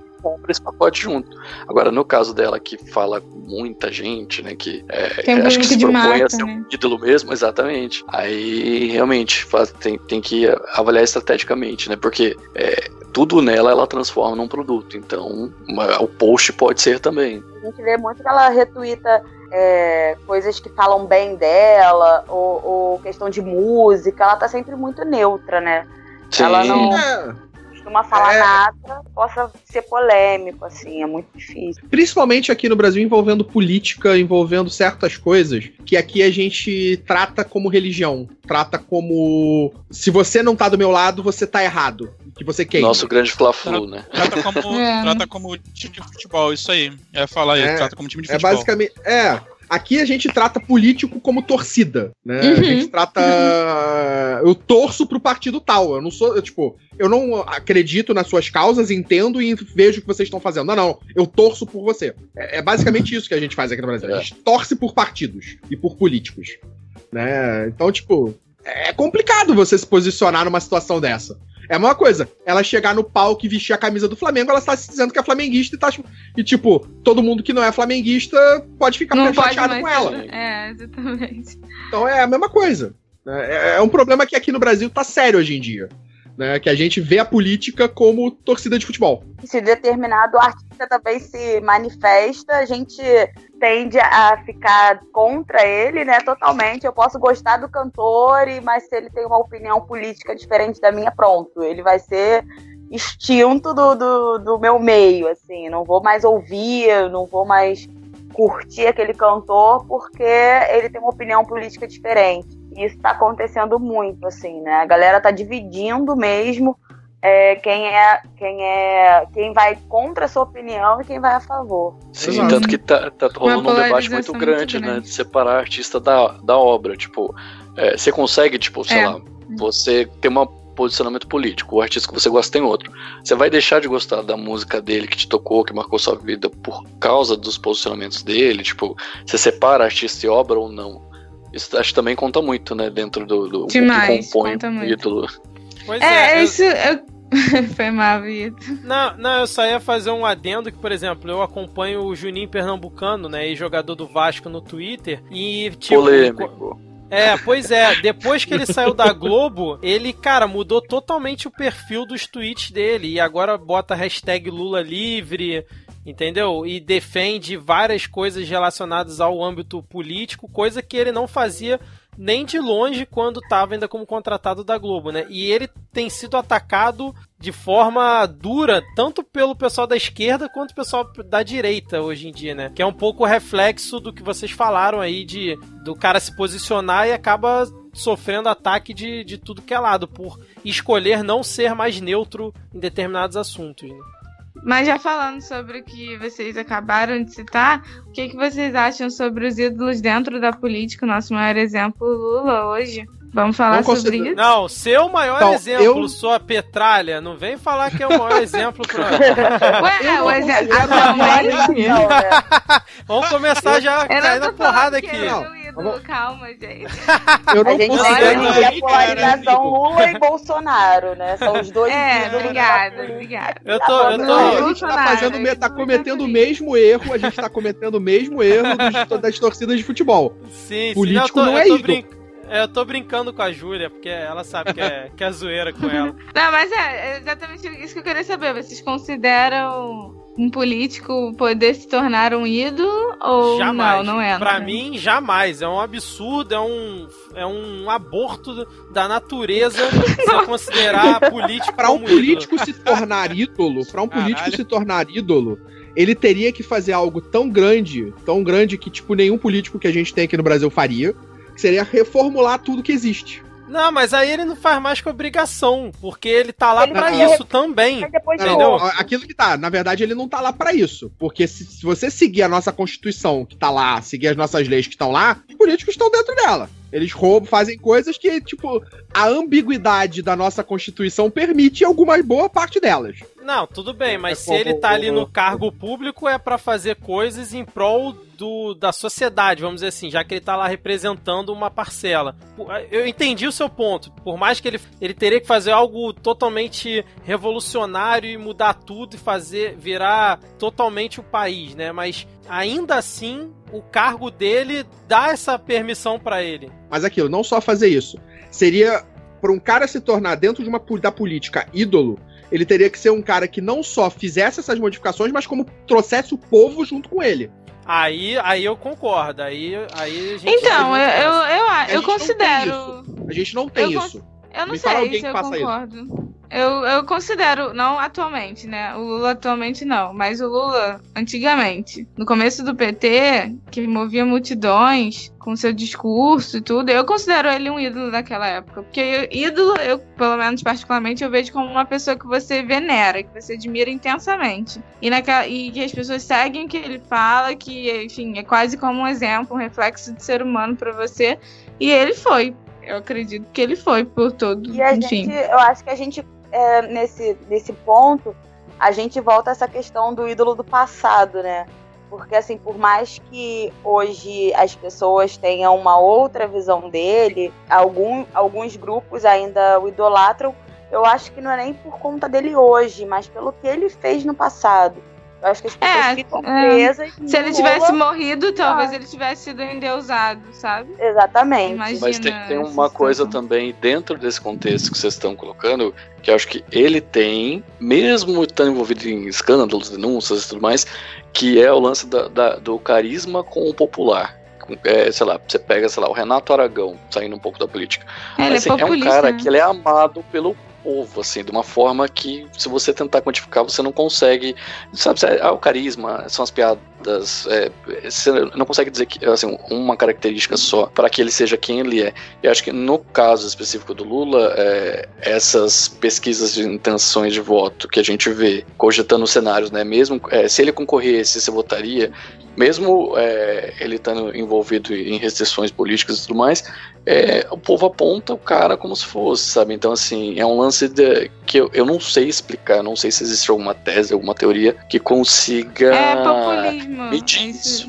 pra esse pacote junto. Agora, no caso dela, que fala com muita gente, né, que tem um acho que se de propõe marca, a ser né? um ídolo mesmo, exatamente. Aí, realmente, tem que avaliar estrategicamente, né, porque tudo nela ela transforma num produto, então o post pode ser também. A gente vê muito que ela retuita coisas que falam bem dela, ou questão de música, ela tá sempre muito neutra, né? Sim. Ela não costuma falar nada que possa ser polêmico, assim, é muito difícil. Principalmente aqui no Brasil, envolvendo política, envolvendo certas coisas, que aqui a gente trata como religião, trata como se você não tá do meu lado, você tá errado, que você queima. Nosso grande Fla-Flu, né? Trata como time de futebol, isso aí. Falar aí, trata como time de futebol. Basicamente, aqui a gente trata político como torcida, né? Uhum. A gente trata... Eu torço pro partido tal. Eu não acredito nas suas causas, entendo e vejo o que vocês estão fazendo. Não. Eu torço por você. É basicamente isso que a gente faz aqui no Brasil. A gente torce por partidos e por políticos, né? Então, é complicado você se posicionar numa situação dessa. É a mesma coisa, ela chegar no palco e vestir a camisa do Flamengo, ela está se dizendo que é flamenguista e todo mundo que não é flamenguista pode ficar chateado com ela. Exatamente. Então é a mesma coisa. É um problema que aqui no Brasil tá sério hoje em dia. Né, que a gente vê a política como torcida de futebol. Se determinado artista também se manifesta, a gente tende a ficar contra ele, né, totalmente. Eu posso gostar do cantor, mas se ele tem uma opinião política diferente da minha, pronto, ele vai ser extinto do meu meio, assim, não vou mais ouvir, não vou mais curtir aquele cantor porque ele tem uma opinião política diferente. Isso tá acontecendo muito, assim, né? A galera tá dividindo mesmo quem vai contra a sua opinião e quem vai a favor. Sim, tanto que tá rolando um debate muito grande, né? De separar artista da obra. Você consegue, sei lá, você tem um posicionamento político, o artista que você gosta tem outro. Você vai deixar de gostar da música dele que te tocou, que marcou sua vida por causa dos posicionamentos dele? Você separa artista e obra ou não? Isso acho que também conta muito, né? Dentro do demais, que compõe conta o ídolo. Pois isso... Foi mal, Vitor. Não, eu só ia fazer um adendo que, por exemplo, eu acompanho o Juninho Pernambucano, né? Jogador do Vasco no Twitter. E, polêmico. Pois é, depois que ele saiu da Globo, ele, cara, mudou totalmente o perfil dos tweets dele. E agora bota a hashtag Lula livre, entendeu? E defende várias coisas relacionadas ao âmbito político, coisa que ele não fazia nem de longe quando estava ainda como contratado da Globo, né? E ele tem sido atacado de forma dura, tanto pelo pessoal da esquerda quanto pelo pessoal da direita hoje em dia, né? Que é um pouco o reflexo do que vocês falaram aí, do cara se posicionar e acaba sofrendo ataque de tudo que é lado, por escolher não ser mais neutro em determinados assuntos, né? Mas já falando sobre o que vocês acabaram de citar, o que vocês acham sobre os ídolos dentro da política? O nosso maior exemplo, Lula, hoje. Vamos falar sobre isso? Não, seu maior exemplo, sua petralha. Não vem falar que é o maior exemplo pra... Ué, o exemplo... Vamos começar já a cair na porrada aqui. Calma, gente. A gente tem a polarização Lula e Bolsonaro, né? São os dois. Obrigada. A gente tá cometendo o mesmo erro, a gente tá cometendo o mesmo erro das torcidas de futebol. Sim, político não é isso. Eu tô brincando com a Júlia, porque ela sabe que é zoeira com ela. Não, mas é exatamente isso que eu queria saber. Vocês consideram um político poder se tornar um ídolo ou jamais. Não é? Pra mim, jamais. É um absurdo, é um aborto da natureza se considerar político pra um político se tornar ídolo, ele teria que fazer algo tão grande que, nenhum político que a gente tem aqui no Brasil faria, que seria reformular tudo que existe. Não, mas aí ele não faz mais que obrigação, porque ele tá lá pra isso também. Entendeu? Aquilo que tá, na verdade, ele não tá lá pra isso. Porque se você seguir a nossa Constituição que tá lá, seguir as nossas leis que estão lá, os políticos estão dentro dela. Eles roubam, fazem coisas que, tipo, a ambiguidade da nossa Constituição permite alguma boa parte delas. Não, tudo bem, mas se ele tá ali no cargo público é pra fazer coisas em prol da sociedade, vamos dizer assim, já que ele tá lá representando uma parcela. Eu entendi o seu ponto, por mais que ele teria que fazer algo totalmente revolucionário e mudar tudo e virar totalmente o país, né? Mas ainda assim, o cargo dele dá essa permissão pra ele. Mas aquilo, não só fazer isso, seria para um cara se tornar dentro da política ídolo, ele teria que ser um cara que não só fizesse essas modificações, mas como trouxesse o povo junto com ele. Aí eu concordo. Aí a gente. Então, eu considero. A gente não tem isso. Eu não sei se eu concordo. Eu considero, não atualmente, né? O Lula atualmente não, mas o Lula antigamente, no começo do PT, que movia multidões com seu discurso e tudo, eu considero ele um ídolo daquela época. Porque ídolo, eu, pelo menos particularmente, eu vejo como uma pessoa que você venera, que você admira intensamente. E que as pessoas seguem o que ele fala, que, enfim, é quase como um exemplo, um reflexo de ser humano pra você. E ele foi. Eu acredito que ele foi por todo. E eu acho que a gente, nesse ponto, a gente volta a essa questão do ídolo do passado, né? Porque, assim, por mais que hoje as pessoas tenham uma outra visão dele, alguns grupos ainda o idolatram, eu acho que não é nem por conta dele hoje, mas pelo que ele fez no passado. Eu acho que as pessoas ficam presas. Se ele tivesse morrido, talvez ele tivesse sido endeusado, sabe? Exatamente. Imagina, mas tem uma coisa também dentro desse contexto que vocês estão colocando, que eu acho que ele tem, mesmo estando envolvido em escândalos, denúncias e tudo mais, que é o lance do carisma com o popular. Sei lá, você pega, sei lá, o Renato Aragão, saindo um pouco da política. Ele assim, é um cara que ele é amado pelo povo, assim, de uma forma que, se você tentar quantificar, você não consegue, sabe, o carisma, são as piadas, você não consegue dizer que, assim, uma característica só para que ele seja quem ele é. Eu acho que no caso específico do Lula, essas pesquisas de intenções de voto que a gente vê cogitando cenários, né, mesmo se ele concorresse, você votaria, mesmo ele estando envolvido em restrições políticas e tudo mais, o povo aponta o cara como se fosse, sabe? Então, assim, é um lance que eu não sei explicar, não sei se existe alguma tese, alguma teoria que consiga populismo. medir isso.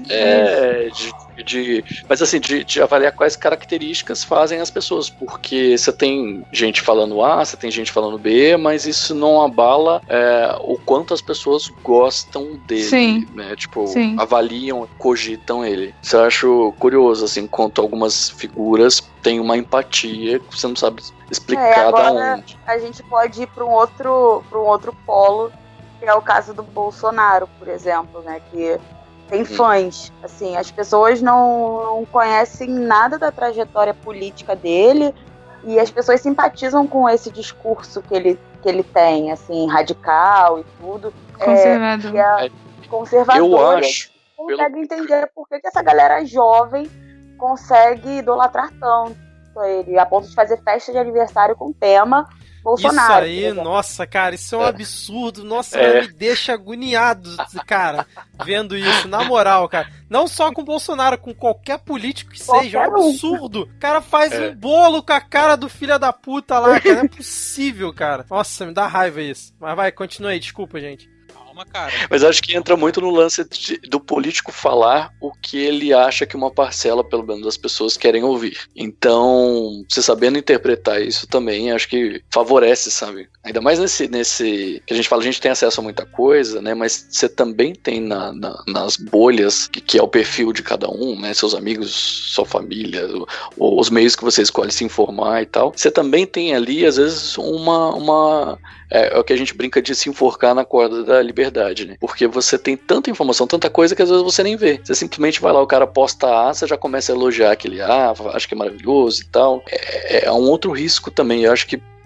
Mas assim, de avaliar quais características fazem as pessoas, porque você tem gente falando A, você tem gente falando B, mas isso não abala o quanto as pessoas gostam dele. Sim. Né? Tipo, avaliam, cogitam ele. Isso eu acho curioso, assim, enquanto algumas figuras têm uma empatia que você não sabe explicar da onde. A gente pode ir para um outro polo, que é o caso do Bolsonaro, por exemplo, né? Que tem fãs, assim, as pessoas não conhecem nada da trajetória política dele e as pessoas simpatizam com esse discurso que ele tem, assim, radical e tudo. Conservador. Conservador. Eu acho. Consegue entender por que essa galera jovem consegue idolatrar tanto ele, a ponto de fazer festa de aniversário com tema Bolsonaro. Isso aí, nossa, cara, isso é um absurdo. Nossa, me deixa agoniado, cara, vendo isso. Na moral, cara. Não só com o Bolsonaro, com qualquer político que seja. É um absurdo. O cara faz um bolo com a cara do filho da puta lá, cara. Não é possível, cara. Nossa, me dá raiva isso. Mas vai, continua aí. Desculpa, gente. Cara. Mas acho que entra muito no lance do político falar o que ele acha que uma parcela, pelo menos, das pessoas querem ouvir. Então, você sabendo interpretar isso também, acho que favorece, sabe? Ainda mais nesse que a gente fala, a gente tem acesso a muita coisa, né? Mas você também tem nas bolhas, que é o perfil de cada um, né? Seus amigos, sua família, os meios que você escolhe se informar e tal. Você também tem ali, às vezes, é o que a gente brinca de se enforcar na corda da liberdade, né? Porque você tem tanta informação, tanta coisa que às vezes você nem vê. Você simplesmente vai lá, o cara posta A, você já começa a elogiar aquele A, acho que é maravilhoso e tal. É um outro risco também. Eu acho que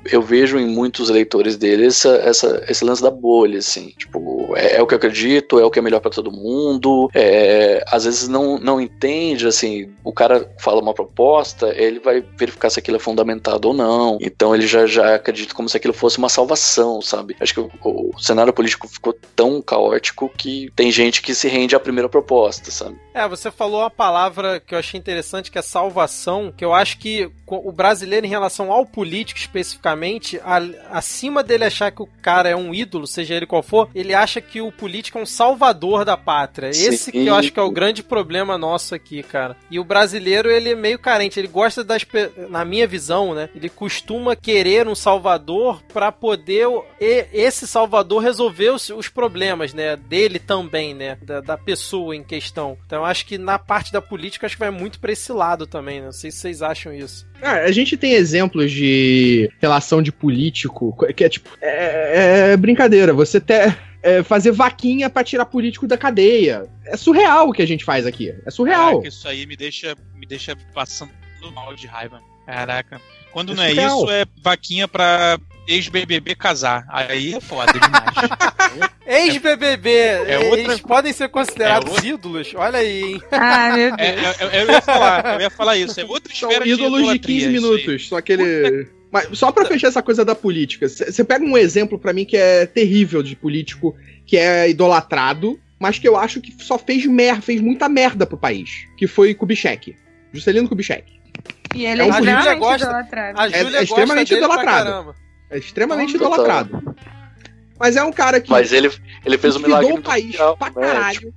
eu vejo em muitos leitores dele esse lance da bolha, assim, tipo, é o que eu acredito, é o que é melhor pra todo mundo, às vezes não entende, assim, o cara fala uma proposta, ele vai verificar se aquilo é fundamentado ou não, então ele já acredita como se aquilo fosse uma salvação, sabe? Acho que o cenário político ficou tão caótico que tem gente que se rende à primeira proposta, sabe? Você falou uma palavra que eu achei interessante, que é salvação, que eu acho que o brasileiro, em relação ao político especificamente, acima dele achar que o cara é um ídolo, seja ele qual for, ele acha que o político é um salvador da pátria. Esse Sim. que eu acho que é o grande problema nosso aqui, cara. E o brasileiro, ele é meio carente, ele gosta na minha visão, né, ele costuma querer um salvador pra poder esse salvador resolver os problemas, né, dele também, né, da pessoa em questão. Então eu acho que na parte da política, acho que vai muito pra esse lado também, né? Não sei se vocês acham isso. A gente tem exemplos de relação de político que é tipo, brincadeira, você fazer vaquinha pra tirar político da cadeia. É surreal o que a gente faz aqui. É surreal. Caraca, isso aí me deixa passando mal de raiva. Caraca. Quando não é isso, é vaquinha pra ex-BBB casar. Aí é foda demais. Ex-BBB, eles podem ser considerados ídolos? Olha aí, hein? Ah, meu Deus. Eu ia falar isso. É outra esfera de ídolos de 15 minutos. Só que ele... Mas só pra fechar essa coisa da política, você pega um exemplo pra mim que é terrível de político, que é idolatrado, mas que eu acho que só fez muita merda pro país, que foi Kubitschek. Juscelino Kubitschek. E ele é extremamente idolatrado. A Júlia é extremamente idolatrado. É extremamente idolatrado. Mas é um cara que... Mas ele fez um milagre o país pra caralho.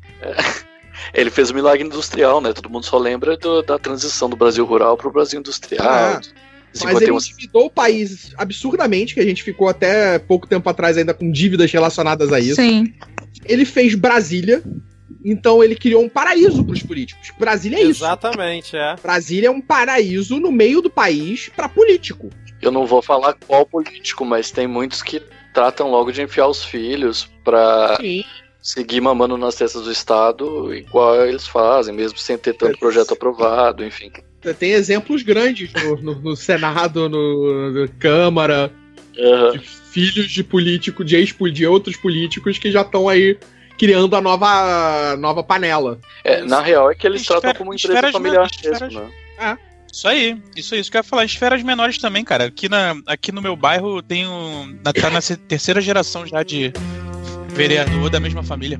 Ele fez um milagre industrial, né? Todo mundo só lembra da transição do Brasil rural pro Brasil industrial. Mas ele endividou o país absurdamente, que a gente ficou até pouco tempo atrás ainda com dívidas relacionadas a isso. Sim. Ele fez Brasília, então ele criou um paraíso pros políticos. Brasília é isso. Exatamente, Brasília é um paraíso no meio do país pra político. Eu não vou falar qual político, mas tem muitos que tratam logo de enfiar os filhos pra seguir mamando nas testas do Estado, igual eles fazem, mesmo sem ter tanto projeto aprovado, enfim. Tem exemplos grandes no Senado, na Câmara, de filhos de político, de outros políticos que já estão aí criando a nova panela. Na real é que eles tratam como empresa familiar mesmo, né? Isso aí que eu ia falar. Esferas menores também, cara. Aqui no meu bairro tá na terceira geração já de vereador da mesma família.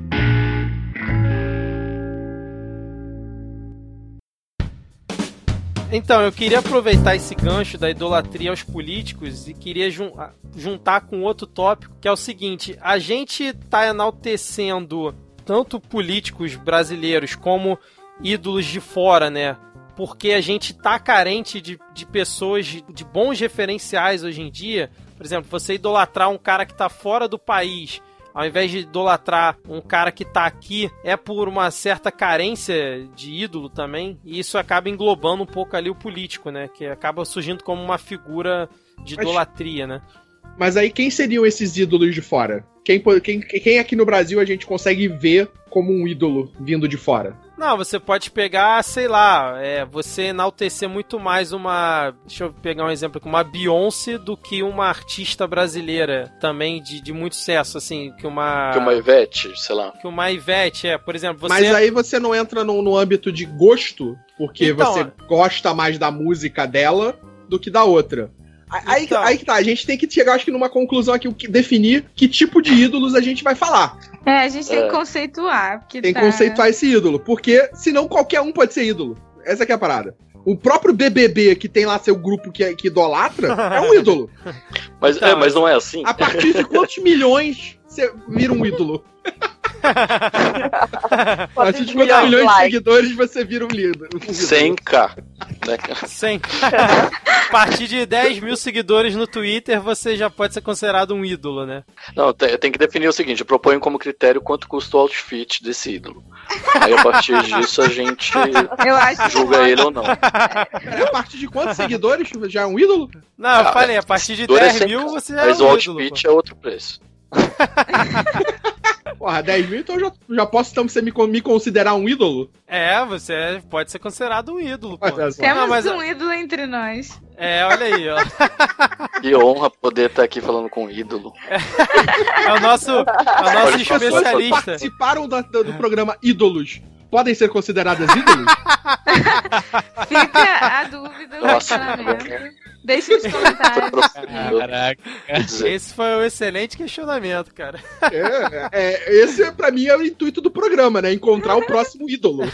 Então, eu queria aproveitar esse gancho da idolatria aos políticos e queria juntar com outro tópico, que é o seguinte: a gente tá enaltecendo tanto políticos brasileiros como ídolos de fora, né? Porque a gente tá carente de pessoas, de bons referenciais hoje em dia. Por exemplo, você idolatrar um cara que tá fora do país, ao invés de idolatrar um cara que tá aqui, é por uma certa carência de ídolo também, e isso acaba englobando um pouco ali o político, né? Que acaba surgindo como uma figura de idolatria, né? Mas aí quem seriam esses ídolos de fora? Quem aqui no Brasil a gente consegue ver como um ídolo vindo de fora? Não, você pode pegar, sei lá, você enaltecer muito mais deixa eu pegar um exemplo aqui, uma Beyoncé do que uma artista brasileira também de muito sucesso, assim, que uma Ivete, sei lá. Que uma Ivete, por exemplo, Mas aí você não entra no âmbito de gosto, porque você gosta mais da música dela do que da outra. Aí que tá, a gente tem que chegar, acho que numa conclusão aqui, definir que tipo de ídolos a gente vai falar. A gente tem que conceituar. Tem que conceituar esse ídolo, porque senão qualquer um pode ser ídolo. Essa que é a parada. O próprio BBB, que tem lá seu grupo que idolatra, é um ídolo. Mas não é assim. A partir de quantos milhões você vira um ídolo? A partir de quantos milhões de seguidores você vira um líder? 100k. Né? 100k. A partir de 10 mil seguidores no Twitter, você já pode ser considerado um ídolo, né? Não, tem que definir o seguinte: eu proponho como critério quanto custa o outfit desse ídolo. Aí a partir disso a gente julga ele ou não. A partir de quantos seguidores já é um ídolo? Não, eu falei, a partir de 10 mil você já é um ídolo. Mas o outfit é outro preço. Porra, Porra, 10 mil, então eu já posso então você me considerar um ídolo? Você pode ser considerado um ídolo, pô. Temos um ídolo entre nós. Olha aí, ó. Que honra poder estar aqui falando com um ídolo. É o nosso especialista. Participaram do programa Ídolos. Podem ser consideradas ídolos? Fica a dúvida, o questionamento. Deixa nos comentários. Caraca. Esse foi um excelente questionamento, cara. Esse, pra mim, é o intuito do programa, né? Encontrar o próximo ídolo.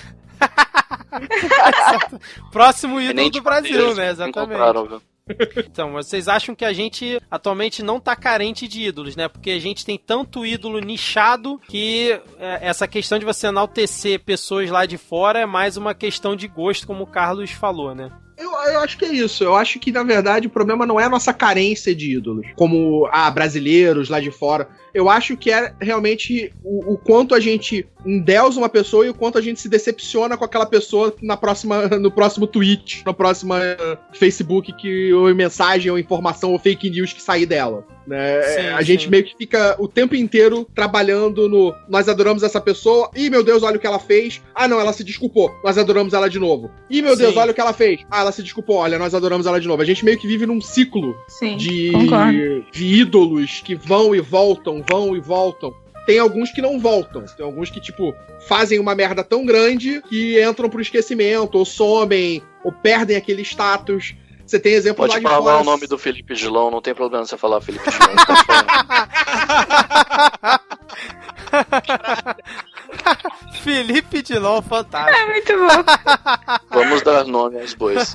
Próximo ídolo do Brasil, né? Exatamente. Viu? Então, vocês acham que a gente atualmente não tá carente de ídolos, né? Porque a gente tem tanto ídolo nichado que essa questão de você enaltecer pessoas lá de fora é mais uma questão de gosto, como o Carlos falou, né? Eu acho que é isso. Eu acho que, na verdade, o problema não é a nossa carência de ídolos, como brasileiros lá de fora. Eu acho que é realmente o quanto a gente endeusa uma pessoa e o quanto a gente se decepciona com aquela pessoa no próximo tweet, no próximo Facebook, ou mensagem, ou informação, ou fake news que sair dela. Né? Sim, a gente meio que fica o tempo inteiro trabalhando no nós adoramos essa pessoa, ih, meu Deus, olha o que ela fez. Ah, não, ela se desculpou, nós adoramos ela de novo. Ih, meu Deus, olha o que ela fez. Ah, ela se desculpou, olha, nós adoramos ela de novo. A gente meio que vive num ciclo de ídolos que vão e voltam. Tem alguns que não voltam. Tem alguns que, tipo, fazem uma merda tão grande que entram pro esquecimento, ou somem, ou perdem aquele status. Você tem exemplos lá de fora. Pode falar o nome do Felipe Dilon, não tem problema você falar Felipe Dilon. Felipe Dilon, fantástico. É muito bom. Vamos dar nome aos bois.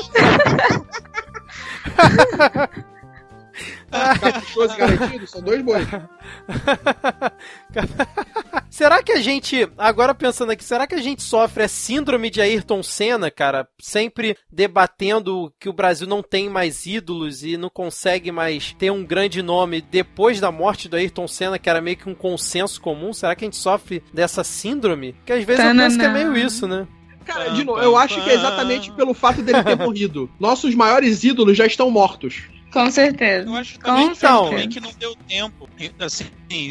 Caprichoso e garantido, são 2 bois. Será que a gente, agora pensando aqui, será que a gente sofre a síndrome de Ayrton Senna, cara? Sempre debatendo que o Brasil não tem mais ídolos e não consegue mais ter um grande nome depois da morte do Ayrton Senna, que era meio que um consenso comum. Será que a gente sofre dessa síndrome? Porque às vezes eu penso que é meio isso, né? Cara, de novo, eu acho que é exatamente pelo fato dele ter morrido. Nossos maiores ídolos já estão mortos. Com certeza. Eu acho também que não deu tempo. Assim,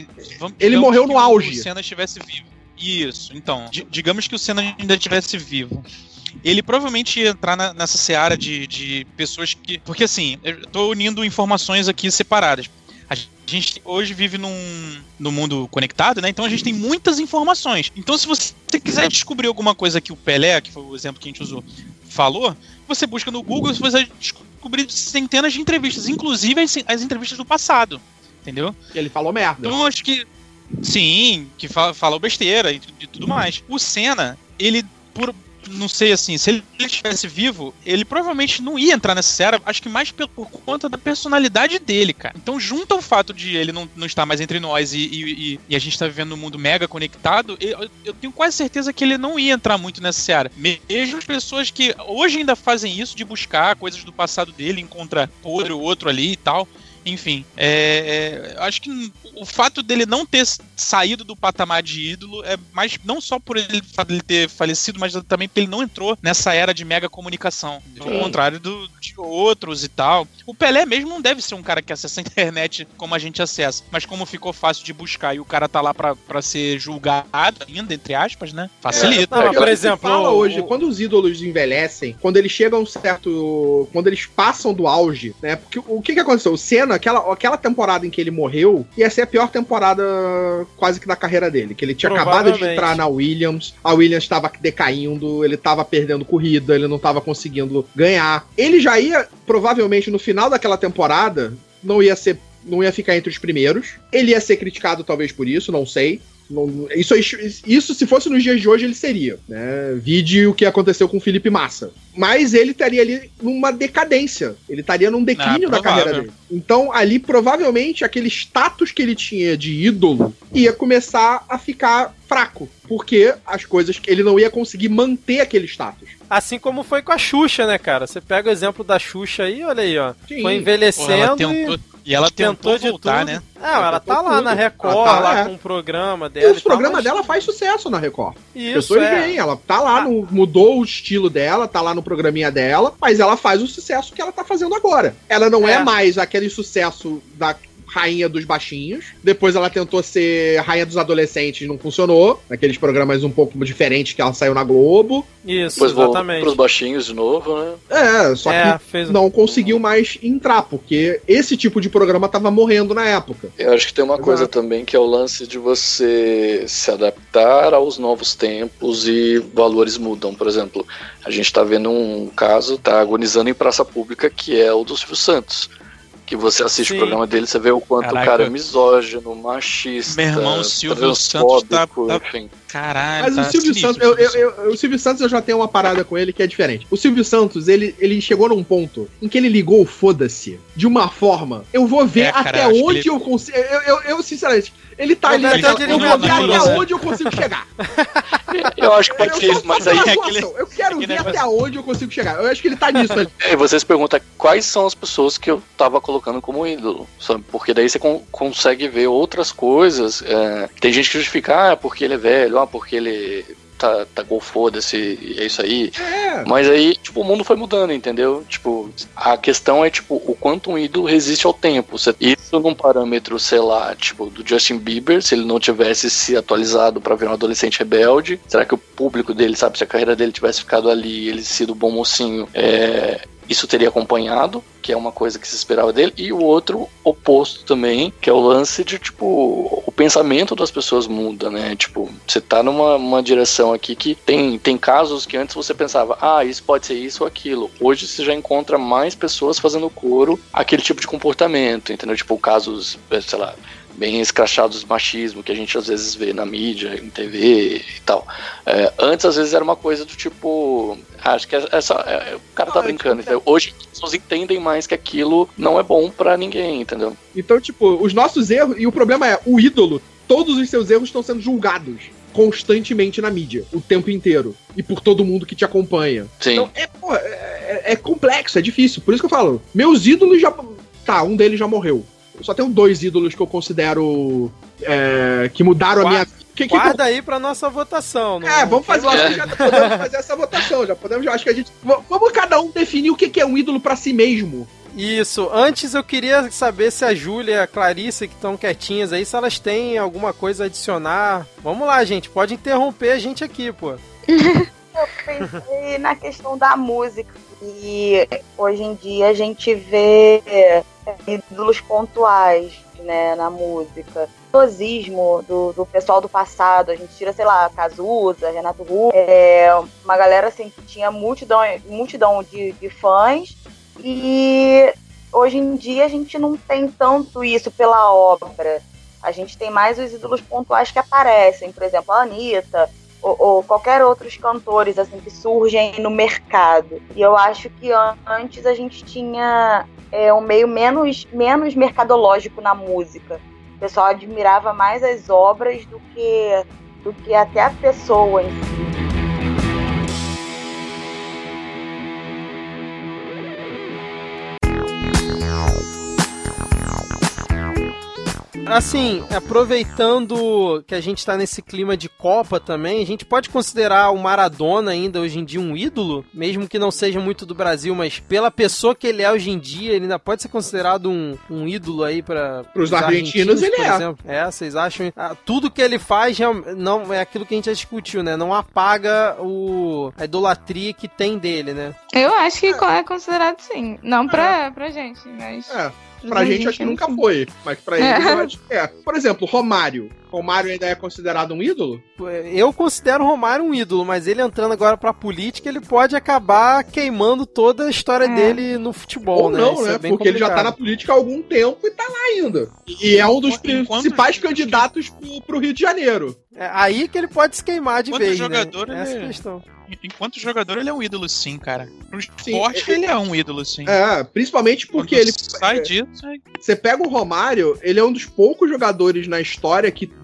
ele morreu no auge. Se o Senna estivesse vivo. Isso, então. Digamos que o Senna ainda estivesse vivo. Ele provavelmente ia entrar nessa seara de pessoas que... Porque assim, eu tô unindo informações aqui separadas. A gente hoje vive num mundo conectado, né? Então a gente tem muitas informações. Então se você quiser descobrir alguma coisa que o Pelé, que foi o exemplo que a gente usou, falou, você busca no Google e você vai descobrir centenas de entrevistas, inclusive as entrevistas do passado, entendeu? Ele falou merda. Então eu acho que... Sim, que falou besteira e tudo mais. O Senna, ele... Não sei, assim, se ele estivesse vivo, ele provavelmente não ia entrar nessa série, acho que mais por conta da personalidade dele, cara. Então, junto ao fato de ele não estar mais entre nós e a gente tá vivendo num mundo mega conectado, eu tenho quase certeza que ele não ia entrar muito nessa série. Mesmo as pessoas que hoje ainda fazem isso, de buscar coisas do passado dele, encontra outro ali e tal. Enfim, acho que o fato dele não ter saído do patamar de ídolo é mais não só por ele ter falecido, mas também porque ele não entrou nessa era de mega comunicação. Ao contrário de outros e tal. O Pelé mesmo não deve ser um cara que acessa a internet como a gente acessa, mas como ficou fácil de buscar e o cara tá lá pra ser julgado ainda, entre aspas, né? Facilita. Por exemplo, fala hoje, quando os ídolos envelhecem, quando eles chegam a um certo... Quando eles passam do auge, né? Porque o que aconteceu? O Senna, aquela temporada em que ele morreu, ia ser a pior temporada quase que da carreira dele. Que ele tinha acabado de entrar na Williams, a Williams estava decaindo, ele estava perdendo corrida, ele não estava conseguindo ganhar. Ele já ia, provavelmente, no final daquela temporada, não ia ficar entre os primeiros. Ele ia ser criticado, talvez, por isso, não sei. Isso, se fosse nos dias de hoje, ele seria, né? Vide o que aconteceu com o Felipe Massa. Mas ele estaria ali numa decadência. Ele estaria num declínio da carreira dele. Então, ali, provavelmente, aquele status que ele tinha de ídolo ia começar a ficar fraco. Porque as coisas... Ele não ia conseguir manter aquele status. Assim como foi com a Xuxa, né, cara? Você pega o exemplo da Xuxa aí, olha aí, ó. Sim. Foi envelhecendo e ela tentou voltar, né? Não, ela tá lá na Record, lá com o programa dela. E os programas dela faz sucesso na Record. Isso, pessoas veem, ela tá lá, mudou o estilo dela, tá lá no programinha dela, mas ela faz o sucesso que ela tá fazendo agora. Ela não é mais aquele sucesso rainha dos baixinhos. Depois ela tentou ser rainha dos adolescentes, não funcionou. Naqueles programas um pouco diferentes que ela saiu na Globo. Isso, depois exatamente. Pros baixinhos de novo, né? Só que não conseguiu mais entrar, porque esse tipo de programa tava morrendo na época. Eu acho que tem uma coisa também que é o lance de você se adaptar aos novos tempos e valores mudam. Por exemplo, a gente tá vendo um caso, tá agonizando em praça pública, que é o do Silvio Santos. Que você assiste o programa dele, você vê o quanto o cara é misógino, machista, meu irmão, o Silvio Santos tá... enfim. Caralho, mas o Silvio Santos, o Silvio Santos eu já tenho uma parada com ele que é diferente. O Silvio Santos, ele chegou num ponto em que ele ligou o foda-se de uma forma. Eu vou ver até onde eu consigo. Eu sinceramente, ele tá ali. Eu vou ver até onde eu consigo chegar. Eu acho que pode ser, mas aí eu quero ver até onde eu consigo chegar. Eu acho que ele tá nisso ali. E você se pergunta quais são as pessoas que eu tava colocando como ídolo, sabe? Porque daí você consegue ver outras coisas. Tem gente que justifica, porque ele é velho, porque ele tá foda-se, é isso aí. Mas aí, tipo, o mundo foi mudando, entendeu? Tipo, a questão é, tipo, o quanto um ídolo resiste ao tempo. Isso num parâmetro, sei lá, tipo, do Justin Bieber, se ele não tivesse se atualizado pra ver um adolescente rebelde, será que o público dele, sabe, se a carreira dele tivesse ficado ali, ele sido bom mocinho, isso teria acompanhado, que é uma coisa que se esperava dele, e o outro oposto também, que é o lance de, tipo, o pensamento das pessoas muda, né? Tipo, você tá numa direção aqui que tem casos que antes você pensava, isso pode ser isso ou aquilo. Hoje você já encontra mais pessoas fazendo coro aquele tipo de comportamento, entendeu? Tipo, casos, sei lá, bem escrachados de machismo que a gente às vezes vê na mídia, em TV e tal. Antes, às vezes, era uma coisa do tipo... acho que o cara tá brincando, entendeu? Hoje as pessoas entendem mais que aquilo não é bom pra ninguém, entendeu? Então, tipo, os nossos erros... E o problema é, o ídolo, todos os seus erros estão sendo julgados constantemente na mídia, o tempo inteiro. E por todo mundo que te acompanha. Sim. Então, é complexo, é difícil. Por isso que eu falo, meus ídolos já... Tá, um deles já morreu. Eu só tenho 2 ídolos que eu considero que mudaram a minha vida. Guarda aí pra nossa votação. Vamos fazer, já podemos fazer essa votação. Acho que a gente... Vamos cada um definir o que é um ídolo pra si mesmo. Isso. Antes eu queria saber se a Júlia e a Clarice, que estão quietinhas aí, se elas têm alguma coisa a adicionar. Vamos lá, gente. Pode interromper a gente aqui, pô. Eu pensei na questão da música. E hoje em dia a gente vê ídolos pontuais, né, na música. O saudosismo do pessoal do passado, a gente tira, sei lá, Cazuza, Renato Russo, uma galera assim que tinha multidão de fãs, e hoje em dia a gente não tem tanto isso pela obra. A gente tem mais os ídolos pontuais que aparecem, por exemplo, a Anitta, ou qualquer outros cantores assim que surgem no mercado. E eu acho que antes a gente tinha um meio menos mercadológico na música. O pessoal admirava mais as obras do que até a pessoa em si. Assim, aproveitando que a gente tá nesse clima de Copa também, a gente pode considerar o Maradona ainda hoje em dia um ídolo? Mesmo que não seja muito do Brasil, mas pela pessoa que ele é hoje em dia, ele ainda pode ser considerado um ídolo aí para os argentinos, ele por exemplo. Vocês acham? Tudo que ele faz não é aquilo que a gente já discutiu, né? Não apaga a idolatria que tem dele, né? Eu acho que é considerado sim. Não pra gente, mas... Pra gente acho que nunca foi, mas pra ele eu acho que é. Por exemplo, Romário. Romário ainda é considerado um ídolo? Eu considero o Romário um ídolo, mas ele entrando agora pra política, ele pode acabar queimando toda a história dele no futebol, ou né? não, isso né? Porque complicado. Ele já tá na política há algum tempo e tá lá ainda. E é um dos principais candidatos pro Rio de Janeiro. É aí que ele pode se queimar de vez, jogador, né? Essa é a questão. Enquanto jogador, ele é um ídolo sim, cara. No esporte, ele é um ídolo sim. Principalmente porque quando ele... sai disso... Você pega o Romário, ele é um dos poucos jogadores na história que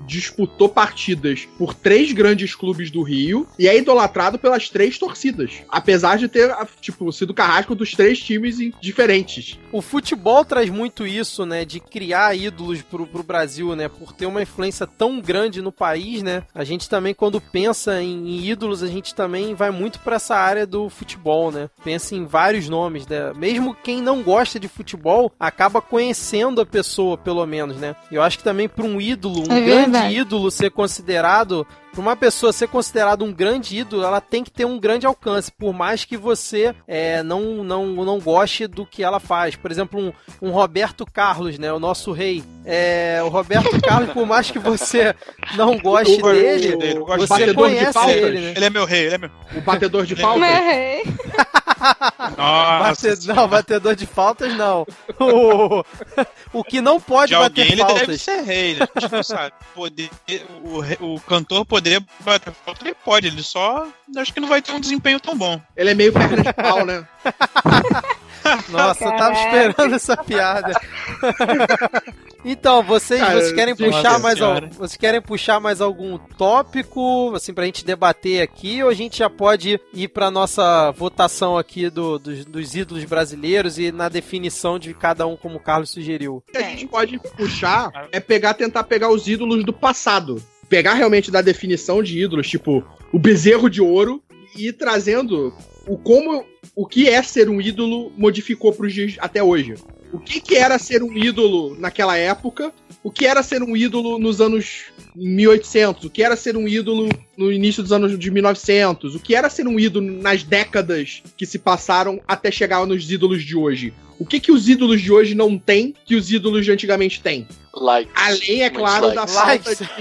disputou partidas por 3 grandes clubes do Rio e é idolatrado pelas 3 torcidas. Apesar de ter, tipo, sido carrasco dos 3 times diferentes. O futebol traz muito isso, né, de criar ídolos pro Brasil, né, por ter uma influência tão grande no país, né, a gente também, quando pensa em ídolos, a gente também vai muito pra essa área do futebol, né, pensa em vários nomes, né, mesmo quem não gosta de futebol, acaba conhecendo a pessoa, pelo menos, né, eu acho que também pra um ídolo, grande ídolo ser considerado, para uma pessoa ser considerada um grande ídolo, ela tem que ter um grande alcance, por mais que você não goste do que ela faz. Por exemplo, um Roberto Carlos, né, o nosso rei. O Roberto Carlos, por mais que você não goste dele, você conhece ele, né? Ele é meu rei, O batedor de faltas? Meu rei. Nossa. Batedor de faltas, não. O que não pode bater faltas. Ele deve ser rei, né? A gente não sabe. O cantor poderia bater falta, ele pode, ele só acho que não vai ter um desempenho tão bom. Ele é meio perna de pau, né? Nossa, eu tava esperando essa piada. Então, vocês querem puxar mais algum tópico, assim, pra gente debater aqui, ou a gente já pode ir pra nossa votação aqui dos ídolos brasileiros e na definição de cada um, como o Carlos sugeriu? O que a gente pode puxar é tentar pegar os ídolos do passado. Pegar realmente da definição de ídolos, tipo o Bezerro de Ouro, e ir trazendo o que é ser um ídolo modificou pros dias até hoje. O que era ser um ídolo naquela época, o que era ser um ídolo nos anos 1800, o que era ser um ídolo no início dos anos de 1900, o que era ser um ídolo nas décadas que se passaram até chegar nos ídolos de hoje. O que os ídolos de hoje não têm que os ídolos de antigamente têm? Likes. Além, é claro, da falta de...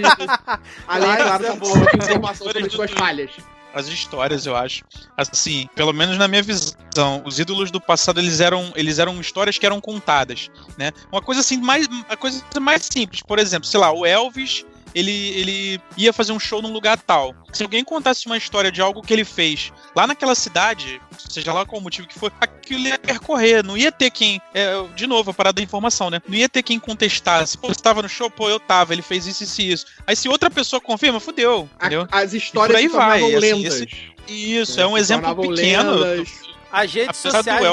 Além, é claro, da falta de informação sobre suas falhas. As histórias, eu acho. Assim, pelo menos na minha visão, os ídolos do passado, eles eram histórias que eram contadas, né? Uma coisa assim, a coisa mais simples. Por exemplo, sei lá, o Elvis, ele ia fazer um show num lugar tal. Se alguém contasse uma história de algo que ele fez lá naquela cidade, seja lá qual o motivo que for, aquilo ia percorrer, não ia ter quem... de novo, a parada da informação, né? Não ia ter quem contestasse. Pô, você tava no show? Pô, eu tava, ele fez isso. Aí se outra pessoa confirma, fudeu, entendeu? As histórias se tornavam lendas. Assim, isso, é um exemplo pequeno. As redes sociais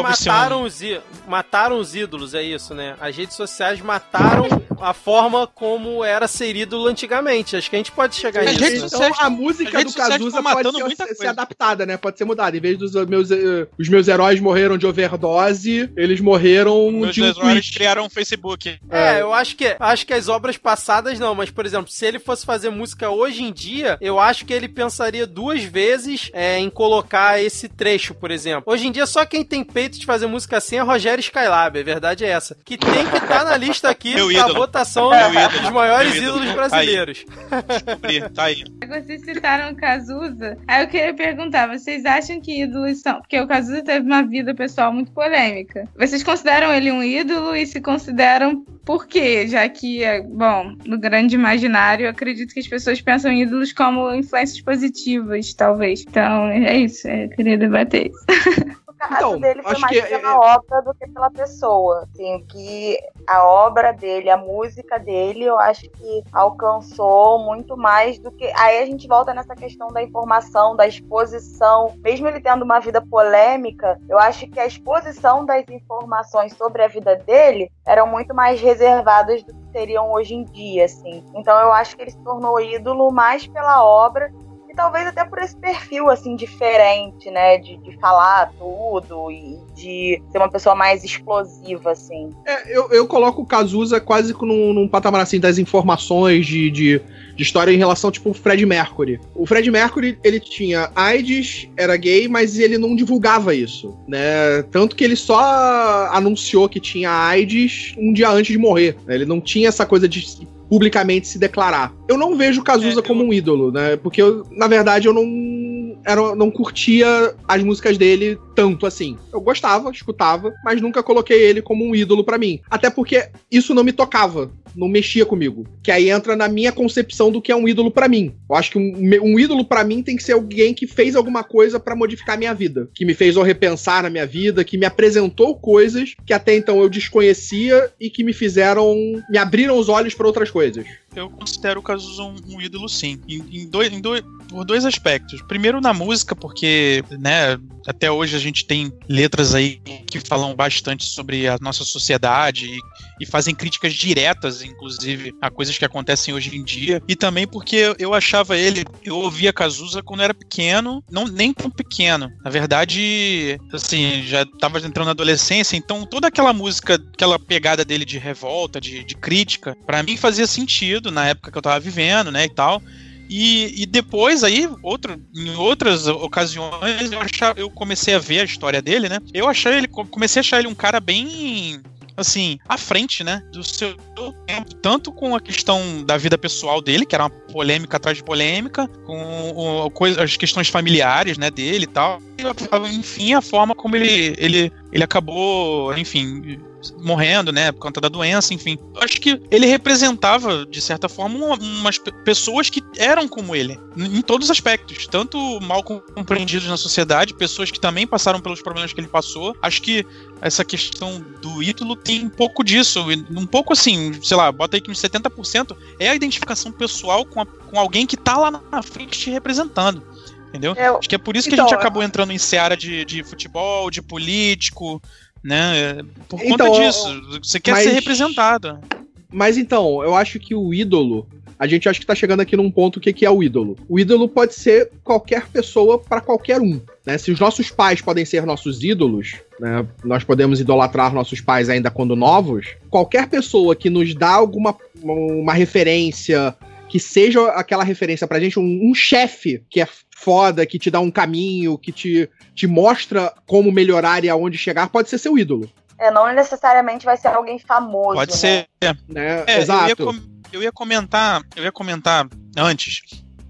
mataram os ídolos, é isso, né? As redes sociais mataram a forma como era ser ídolo antigamente. Acho que a gente pode chegar nisso. Então a música do Cazuza pode ser adaptada, né? Pode ser mudada. Em vez dos os meus heróis morreram de overdose, eles morreram de um tweet. Criaram um Facebook. Eu acho que as obras passadas não, mas, por exemplo, se ele fosse fazer música hoje em dia, eu acho que ele pensaria 2 vezes em colocar esse trecho, por exemplo. Hoje em dia, só quem tem peito de fazer música assim é Rogério Skylab, a verdade é essa. Que tem que estar na lista aqui da votação dos maiores ídolos brasileiros. Descobri, tá aí. Vocês citaram o Cazuza, aí eu queria perguntar, vocês acham que ídolos são... Porque o Cazuza teve uma vida pessoal muito polêmica. Vocês consideram ele um ídolo e se consideram por quê? Já que, bom, no grande imaginário, eu acredito que as pessoas pensam em ídolos como influências positivas, talvez. Então, é isso, eu queria debater isso. O caso dele foi mais pela obra do que pela pessoa. Assim, que a obra dele, a música dele, eu acho que alcançou muito mais do que... Aí a gente volta nessa questão da informação, da exposição. Mesmo ele tendo uma vida polêmica, eu acho que a exposição das informações sobre a vida dele eram muito mais reservadas do que seriam hoje em dia, assim. Então eu acho que ele se tornou ídolo mais pela obra e talvez até por esse perfil, assim, diferente, né? De falar tudo e de ser uma pessoa mais explosiva, assim. Eu coloco o Cazuza quase num patamar, assim, das informações, de história em relação, tipo, o Fred Mercury. O Fred Mercury, ele tinha AIDS, era gay, mas ele não divulgava isso, né? Tanto que ele só anunciou que tinha AIDS um dia antes de morrer, né? Ele não tinha essa coisa de publicamente se declarar. Eu não vejo o Cazuza como um ídolo, né? Porque, na verdade, eu não curtia as músicas dele tanto assim. Eu gostava, escutava, mas nunca coloquei ele como um ídolo pra mim. Até porque isso não me tocava, não mexia comigo. Que aí entra na minha concepção do que é um ídolo pra mim. Eu acho que um ídolo pra mim tem que ser alguém que fez alguma coisa pra modificar a minha vida. Que me fez eu repensar na minha vida, que me apresentou coisas que até então eu desconhecia e que me abriram os olhos pra outras coisas. eu considero o Cazuza um ídolo, sim. Por dois aspectos. Primeiro, na música, porque, né, até hoje a gente tem letras aí que falam bastante sobre a nossa sociedade e fazem críticas diretas, inclusive, a coisas que acontecem hoje em dia. E também porque eu ouvia Cazuza quando eu era pequeno, nem tão pequeno. Na verdade, assim, já tava entrando na adolescência, então toda aquela música, aquela pegada dele de revolta, de crítica, pra mim fazia sentido na época que eu tava vivendo, né, e tal. E depois aí, em outras ocasiões, eu comecei a ver a história dele, né? Comecei a achar ele um cara bem, assim, à frente, né, do seu tempo, tanto com a questão da vida pessoal dele, que era uma polêmica atrás de polêmica, com as questões familiares, né, dele e tal, e, enfim, a forma como ele acabou, enfim, morrendo, né, por conta da doença, enfim. Eu acho que ele representava, de certa forma, umas pessoas que eram como ele, em todos os aspectos, tanto mal compreendidos na sociedade, pessoas que também passaram pelos problemas que ele passou. Acho que essa questão do ídolo tem um pouco disso, um pouco assim, sei lá, bota aí que uns 70% é a identificação pessoal com alguém que tá lá na frente te representando. Entendeu? Acho que é por isso que a gente acabou entrando em seara de futebol, de político, né? Por conta disso. Você quer ser representado. Mas então, eu acho que o ídolo, a gente acha que tá chegando aqui num ponto, o que é o ídolo? O ídolo pode ser qualquer pessoa para qualquer um, né? Se os nossos pais podem ser nossos ídolos, né? Nós podemos idolatrar nossos pais ainda quando novos. Qualquer pessoa que nos dá uma referência, que seja aquela referência pra gente, um chefe que é foda, que te dá um caminho, que te mostra como melhorar e aonde chegar, pode ser seu ídolo. Não necessariamente vai ser alguém famoso. Pode ser. Né? Exato. Eu ia comentar antes.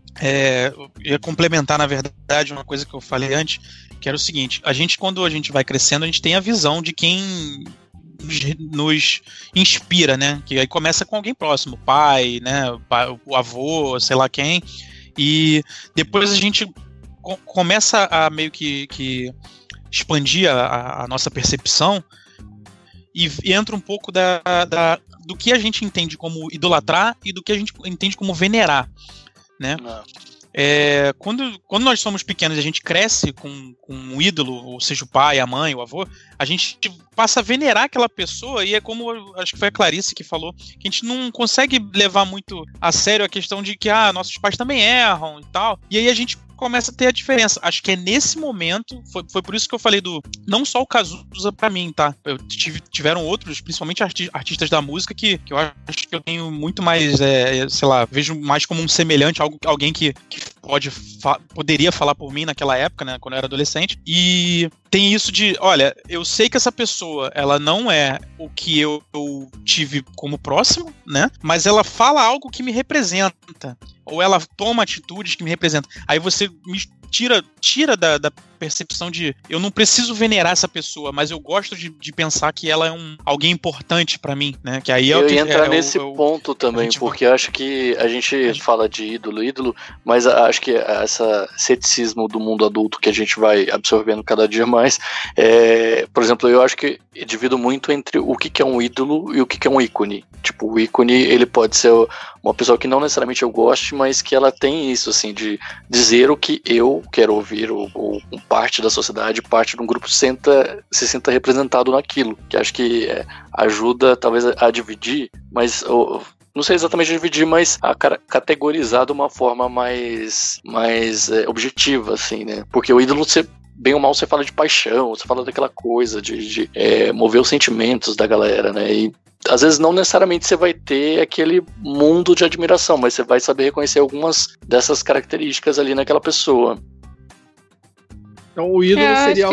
Eu ia complementar, na verdade, uma coisa que eu falei antes, que era o seguinte: quando a gente vai crescendo, a gente tem a visão de quem nos inspira, né? Que aí começa com alguém próximo, o pai, né? O avô, sei lá quem. E depois a gente começa a meio que expandir a nossa percepção e entra um pouco do que a gente entende como idolatrar e do que a gente entende como venerar, né? Quando nós somos pequenos e a gente cresce com um ídolo, ou seja, o pai, a mãe, o avô, a gente passa a venerar aquela pessoa, e é como, acho que foi a Clarice que falou, que a gente não consegue levar muito a sério a questão de que nossos pais também erram e tal, e aí a gente começa a ter a diferença. Acho que é nesse momento, foi por isso que eu falei não só o Cazuza pra mim, tá? Tiveram outros, principalmente artistas da música, que eu acho que eu tenho muito mais, sei lá, vejo mais como um semelhante, alguém que poderia falar por mim naquela época, né, quando eu era adolescente, e tem isso de, olha, eu sei que essa pessoa, ela não é o que eu tive como próximo, né, mas ela fala algo que me representa, ou ela toma atitudes que me representam. Aí você me tira da percepção de eu não preciso venerar essa pessoa, mas eu gosto de pensar que ela é alguém importante pra mim, né? Que aí eu ia entrar nesse ponto também, porque eu acho que a gente fala de ídolo, mas acho que esse ceticismo do mundo adulto que a gente vai absorvendo cada dia mais, por exemplo, eu acho que eu divido muito entre o que é um ídolo e o que é um ícone. Tipo, o ícone, ele pode ser uma pessoa que não necessariamente eu goste, mas que ela tem isso, assim, de dizer o que eu quero ouvir, ou parte da sociedade, parte de um grupo se sinta representado naquilo, que acho que ajuda talvez a dividir, mas não sei exatamente dividir, mas a categorizar de uma forma mais objetiva, assim, né? Porque o ídolo, bem ou mal, você fala de paixão, você fala daquela coisa de mover os sentimentos da galera, né? E às vezes não necessariamente você vai ter aquele mundo de admiração, mas você vai saber reconhecer algumas dessas características ali naquela pessoa. Então o ídolo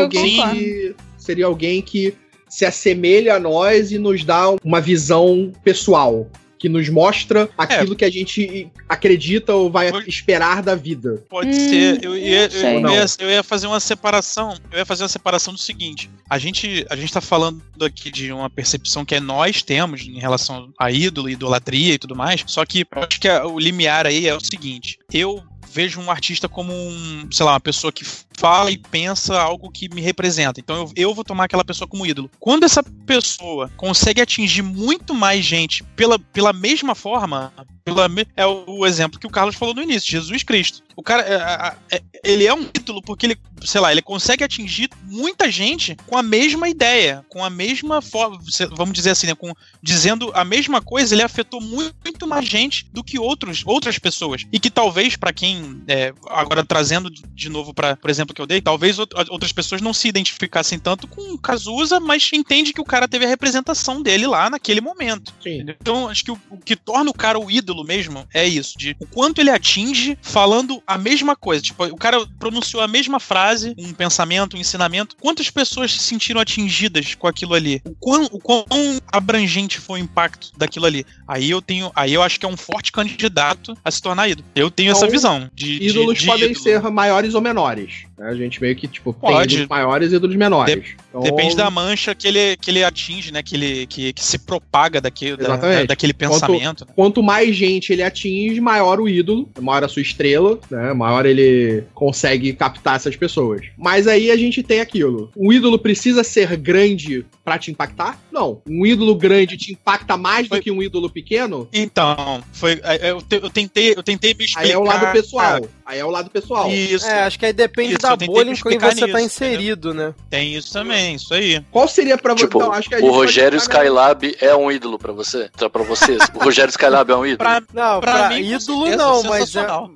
seria alguém que se assemelha a nós e nos dá uma visão pessoal, que nos mostra aquilo que a gente acredita ou vai esperar da vida. Pode ser. Eu ia fazer uma separação. Eu ia fazer uma separação do seguinte: a gente tá falando aqui de uma percepção que nós temos em relação a ídolo, idolatria e tudo mais. Só que eu acho que o limiar aí é o seguinte: eu vejo um artista como uma pessoa que fala e pensa algo que me representa. Então eu vou tomar aquela pessoa como ídolo. Quando essa pessoa consegue atingir muito mais gente pela mesma forma, É o exemplo que o Carlos falou no início, Jesus Cristo. O cara, ele é um ídolo porque ele, sei lá, ele consegue atingir muita gente com a mesma ideia, com a mesma forma, vamos dizer assim, né, dizendo a mesma coisa, ele afetou muito mais gente do que outras pessoas. E que talvez, pra quem, agora trazendo de novo por exemplo, que eu dei, talvez outras pessoas não se identificassem tanto com o Cazuza, mas entende que o cara teve a representação dele lá naquele momento. Sim. Então, acho que o que torna o cara o ídolo mesmo é isso, de o quanto ele atinge falando a mesma coisa. Tipo, o cara pronunciou a mesma frase, um pensamento, um ensinamento. Quantas pessoas se sentiram atingidas com aquilo ali? O quão abrangente foi o impacto daquilo ali? Aí eu acho que é um forte candidato a se tornar ídolo. Eu tenho essa visão. Ídolos podem ser maiores ou menores. Né? A gente meio que, tipo, tem ídolos maiores e ídolos menores. Depende da mancha que ele atinge, né? Que se propaga daquele pensamento. Quanto mais gente ele atinge, maior o ídolo, maior a sua estrela, né? Maior ele consegue captar essas pessoas. Mas aí a gente tem aquilo. O ídolo precisa ser grande pra te impactar? Não. Um ídolo grande te impacta mais do que um ídolo pequeno? Então, eu tentei me explicar. Aí é o lado pessoal. Isso. Acho que aí depende da bolha em que você tá inserido, né? Tem isso também, isso aí. Qual seria pra você? Tipo, então, acho que o Rogério Skylab é um ídolo pra você? Então, pra vocês, o Rogério Skylab é um ídolo? Pra mim, ídolo não, mas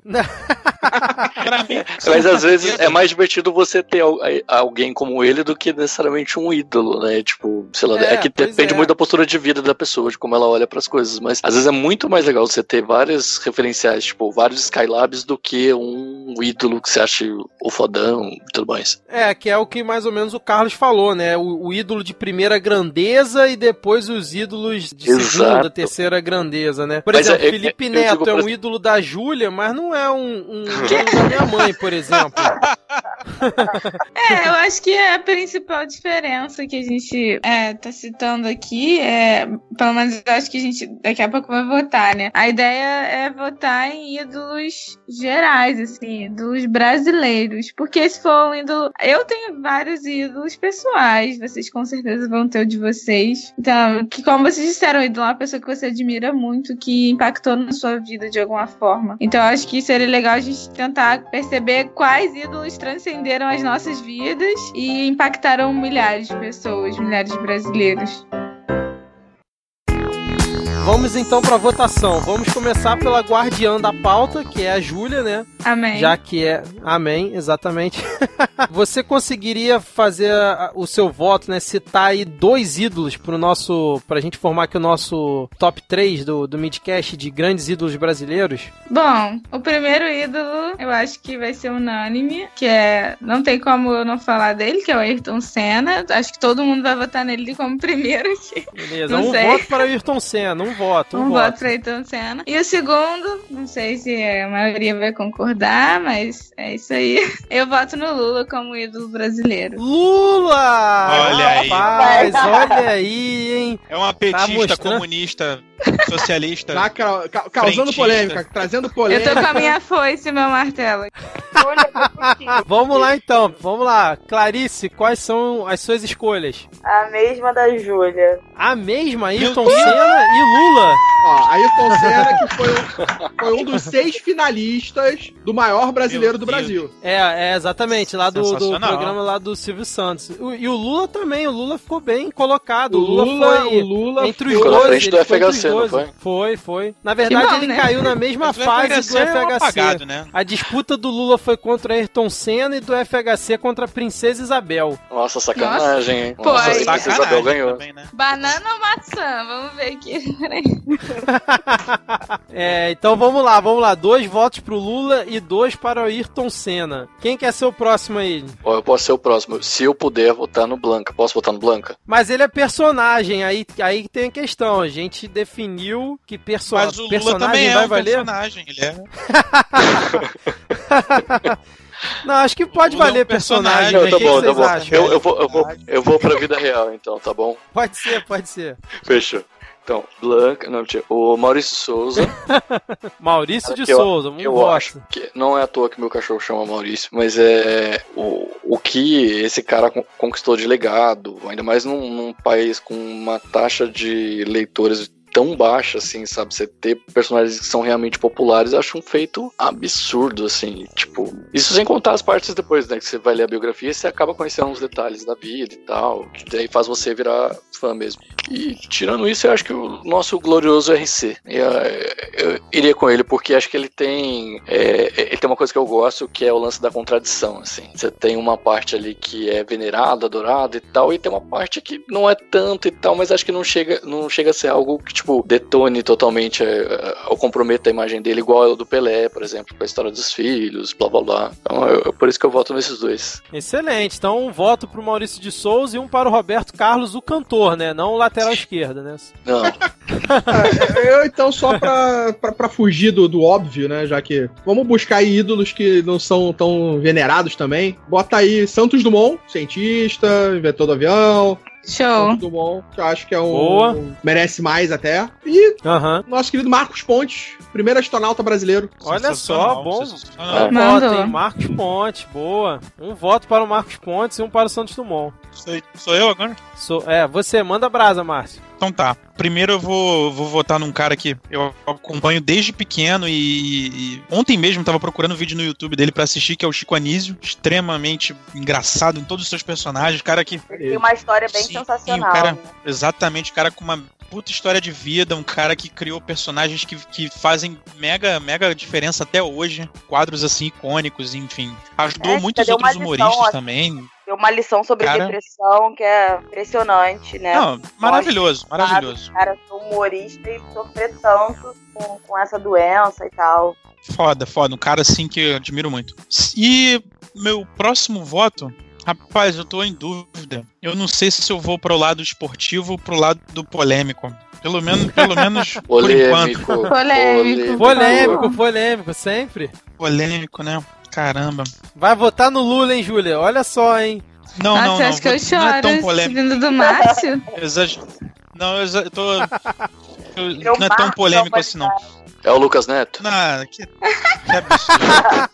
Pra mim, mas às vezes é mais divertido você ter alguém como ele do que necessariamente um ídolo, né? Tipo, sei lá, é que depende muito da postura de vida da pessoa, de como ela olha pras coisas, mas às vezes é muito mais legal você ter vários referenciais, tipo, vários Skylabs do que um ídolo que você acha o fodão e tudo mais. Que é o que mais ou menos o Carlos falou, né? O ídolo de primeira grandeza e depois os ídolos de segunda, terceira grandeza, né? Por exemplo, Felipe Neto é um ídolo da Júlia, mas não é um ídolo da minha mãe, por exemplo. Eu acho que a principal diferença que a gente tá citando aqui pelo menos eu acho que a gente daqui a pouco vai votar, né? A ideia é votar em ídolos gerais, assim, ídolos brasileiros. Porque se for um ídolo... Eu tenho vários ídolos pessoais, vocês com certeza vão ter o de vocês. Então, que como vocês disseram, o ídolo é uma pessoa que você admira muito, que impactou na sua vida de alguma forma. Então, eu acho que seria legal a gente tentar perceber quais ídolos transcenderam as nossas vidas e impactaram milhares de pessoas, milhares de brasileiros. Vamos então para votação. Vamos começar pela guardiã da pauta, que é a Júlia, né? Amém. Já que é... Amém, exatamente. Você conseguiria fazer o seu voto, né? Citar aí 2 ídolos pra gente formar aqui o nosso top 3 do Midcast de grandes ídolos brasileiros? Bom, o primeiro ídolo eu acho que vai ser unânime, que não tem como eu não falar dele, que é o Ayrton Senna. Acho que todo mundo vai votar nele como primeiro aqui. Beleza, voto para o Ayrton Senna, um voto para Ayrton Senna. E o segundo, não sei se a maioria vai concordar, mas é isso aí. Eu voto no Lula como ídolo brasileiro. Lula! Olha aí. Rapaz, olha aí, hein? É uma petista comunista, socialista. Tá causando polêmica, trazendo polêmica. Eu tô com a minha foice e meu martelo. Vamos lá então, vamos lá. Clarice, quais são as suas escolhas? A mesma da Júlia. A mesma? Ayrton Senna e Lula? Ayrton Senna que foi um dos 6 finalistas do maior brasileiro do Brasil. Exatamente, lá do programa lá do Silvio Santos. E o Lula também, o Lula ficou bem colocado. O Lula entre os dois. Na frente do FHC, não foi? Foi. Na verdade, ele caiu na mesma fase do FHC. Apagado, né? A disputa do Lula foi contra Ayrton Senna e do FHC contra a Princesa Isabel. Nossa, sacanagem, hein? Pô, Nossa, a Princesa Isabel ganhou. Também, né? Banana ou maçã? Vamos ver aqui. Peraí. Então vamos lá. 2 votos pro Lula e 2 para o Ayrton Senna. Quem quer ser o próximo aí? Eu posso ser o próximo. Se eu puder votar no Blanca, posso votar no Blanca? Mas ele é personagem, aí tem a questão. A gente definiu que Mas o Lula personagem também vai é um valer? personagem, ele é... Não, acho que pode valer personagem. Não, né? tá Que bom, vocês tá bom. acham? Eu vou pra vida real, então, tá bom? Pode ser. Fechou. Então, Blanca, não, o Maurício Souza. Maurício de Souza, eu voto. acho que não é à toa que meu cachorro chama Maurício, mas é o que esse cara conquistou de legado, ainda mais num país com uma taxa de leitores tão baixa, assim, sabe? Você ter personagens que são realmente populares, eu acho um feito absurdo, assim, tipo... Isso sem contar as partes depois, né? Que você vai ler a biografia e você acaba conhecendo uns detalhes da vida e tal, que daí faz você virar fã mesmo. E tirando isso, eu acho que o nosso glorioso RC, eu iria com ele, porque acho que ele tem uma coisa que eu gosto, que é o lance da contradição, assim. Você tem uma parte ali que é venerada, adorada e tal, e tem uma parte que não é tanto e tal, mas acho que não chega a ser algo que, tipo, detone totalmente ou comprometa a imagem dele, igual ao do Pelé, por exemplo, com a história dos filhos, blá blá blá. Então, por isso que eu voto nesses dois. Excelente. Então, um voto pro Maurício de Souza e um para o Roberto Carlos, o cantor, né? Não o lateral esquerda, né? Não. Eu, então, só pra fugir do óbvio, né? Já que vamos buscar aí ídolos que não são tão venerados também. Bota aí Santos Dumont, cientista, inventor do avião. Show. Santos Dumont, que eu acho que é Boa. merece mais até. E Aham. nosso querido Marcos Pontes, primeiro astronauta brasileiro. Olha só, bom. Sensacional. Um Mandou. voto, hein? Marcos Pontes, boa. Um voto para o Marcos Pontes e um para o Santos Dumont. Sou eu agora? Você manda brasa, Márcio. Então tá. Primeiro eu vou votar num cara que eu acompanho desde pequeno e ontem mesmo tava procurando um vídeo no YouTube dele pra assistir, que é o Chico Anísio. Extremamente engraçado em todos os seus personagens. Cara que... Tem uma história bem Sim, sensacional. o cara, né? exatamente, cara com uma puta história de vida, um cara que criou personagens que fazem mega diferença até hoje. Quadros assim icônicos, enfim. Ajudou muitos deu uma outros humoristas lição, também. Tem uma lição sobre Cara- depressão que é impressionante, né? Não, maravilhoso, maravilhoso. O cara ser humorista e sofrer tanto com essa doença e tal. Foda. Um cara assim que eu admiro muito. E meu próximo voto, rapaz, eu tô em dúvida. Eu não sei se eu vou pro lado esportivo ou pro lado do polêmico. Pelo menos por enquanto. Polêmico, sempre. Polêmico, né? Caramba. Vai votar no Lula, hein, Júlia? Olha só, hein? Não, Nossa, acho que eu não é choro tão polêmico. vindo do Márcio. Eu tô... não é tão polêmico assim, não. É o Lucas Neto? Não, que absurdo.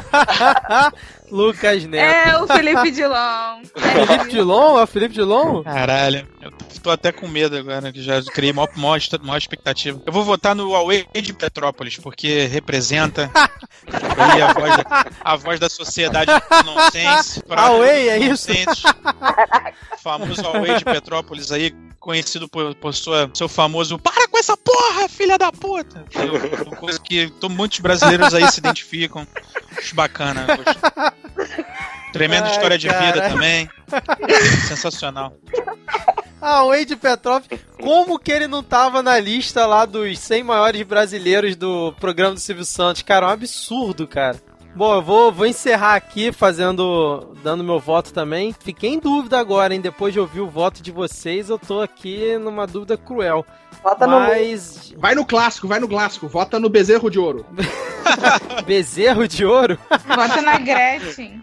Lucas Neto. É o Felipe Dilon. Felipe Dilon? É o Felipe Dilon? Caralho, eu tô até com medo agora, que já criei maior expectativa. Eu vou votar no Huawei de Petrópolis, porque representa aí a voz da sociedade nonsense. Huawei, é isso? O famoso Huawei de Petrópolis aí, conhecido por seu famoso "para com essa porra, filha da puta". Uma coisa que muitos brasileiros aí se identificam. Acho bacana. Tremenda história de vida também. Sensacional. O Wade Petrópolis, como que ele não tava na lista lá dos 100 maiores brasileiros do programa do Silvio Santos? Cara, é um absurdo, cara. Bom, eu vou encerrar aqui dando meu voto também. Fiquei em dúvida agora, hein? Depois de ouvir o voto de vocês, eu tô aqui numa dúvida cruel. Vota Mas... Vai no clássico. Vota no Bezerro de Ouro. Bezerro de Ouro? Bota na Gretchen.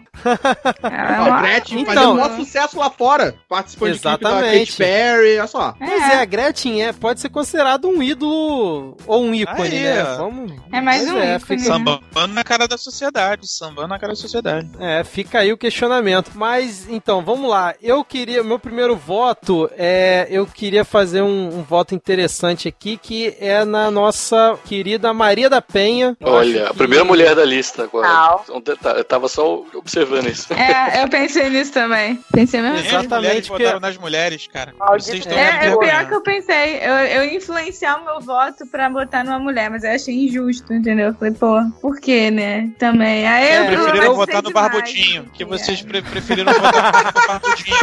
A Gretchen Então, fazendo um maior sucesso lá fora. Participando de clipe da exatamente. Katy Perry, olha só. Pois é, a Gretchen pode ser considerado um ídolo ou um ícone, Aí, né? ó. Vamos... É mais Pois um é, ícone. fica- Sambando na cara da sociedade. Fica aí o questionamento. Mas, então, vamos lá. Meu primeiro voto eu queria fazer um voto interessante aqui, que é na nossa querida Maria da Penha. Eu Olha, acho a que- primeira mulher da lista agora. Não. Um detalhe, eu tava só observando isso. Eu pensei nisso também. Pensei mesmo. As Exatamente, mulheres porque- votaram nas mulheres, cara. Maldito. Vocês estão É o pior vergonha. que eu pensei. Eu ia influenciar o meu voto pra botar numa mulher, mas eu achei injusto, entendeu? Eu falei, pô, por quê, né? Também. Aí eu Preferiram votar no Barbudinho, que vocês preferiram votar no Barbudinho.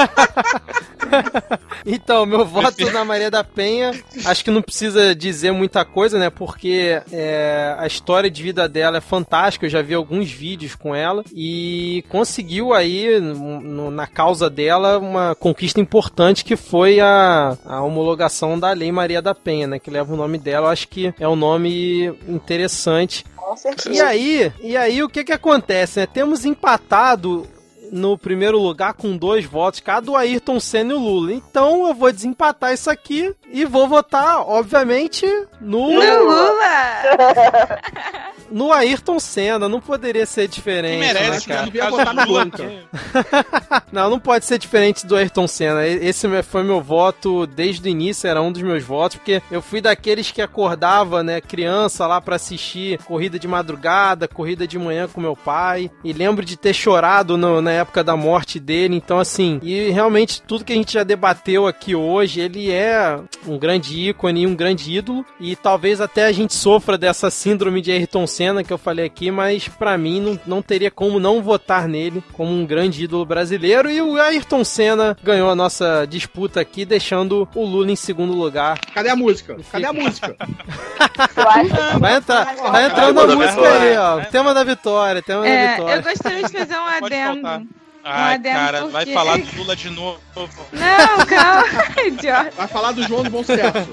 Então, meu voto na Maria da Penha, acho que não precisa dizer muita coisa, né? Porque a história de vida dela é fantástica. Eu já vi alguns vídeos com ela e conseguiu aí, na causa dela, uma conquista importante, que foi a homologação da Lei Maria da Penha, né? Que leva o nome dela. Eu acho que é um nome interessante. Com certeza. E aí o que acontece, né? Temos empatado no primeiro lugar com 2 votos, cada o Ayrton Senna e o Lula. Então eu vou desempatar isso aqui e vou votar, obviamente, no Lula! no Ayrton Senna, não poderia ser diferente. Merece, né, cara? Devia botar na banca. Não pode ser diferente do Ayrton Senna. Esse foi meu voto desde o início, era um dos meus votos, porque eu fui daqueles que acordava, né, criança lá pra assistir corrida de madrugada, corrida de manhã com meu pai, e lembro de ter chorado na época da morte dele, então assim, e realmente tudo que a gente já debateu aqui hoje, ele é um grande ícone, um grande ídolo, e talvez até a gente sofra dessa síndrome de Ayrton Senna que eu falei aqui, mas pra mim não teria como não votar nele como um grande ídolo brasileiro, e o Ayrton Senna ganhou a nossa disputa aqui, deixando o Lula em segundo lugar. Cadê a música? Cadê a música? Vai entrando a música aí, ó. Tema da vitória, tema da vitória. Eu gostaria de fazer um adendo. Ai, adendo cara, porque... vai falar do Lula de novo. Não, calma, idiota. Vai falar do João do Bom Sucesso.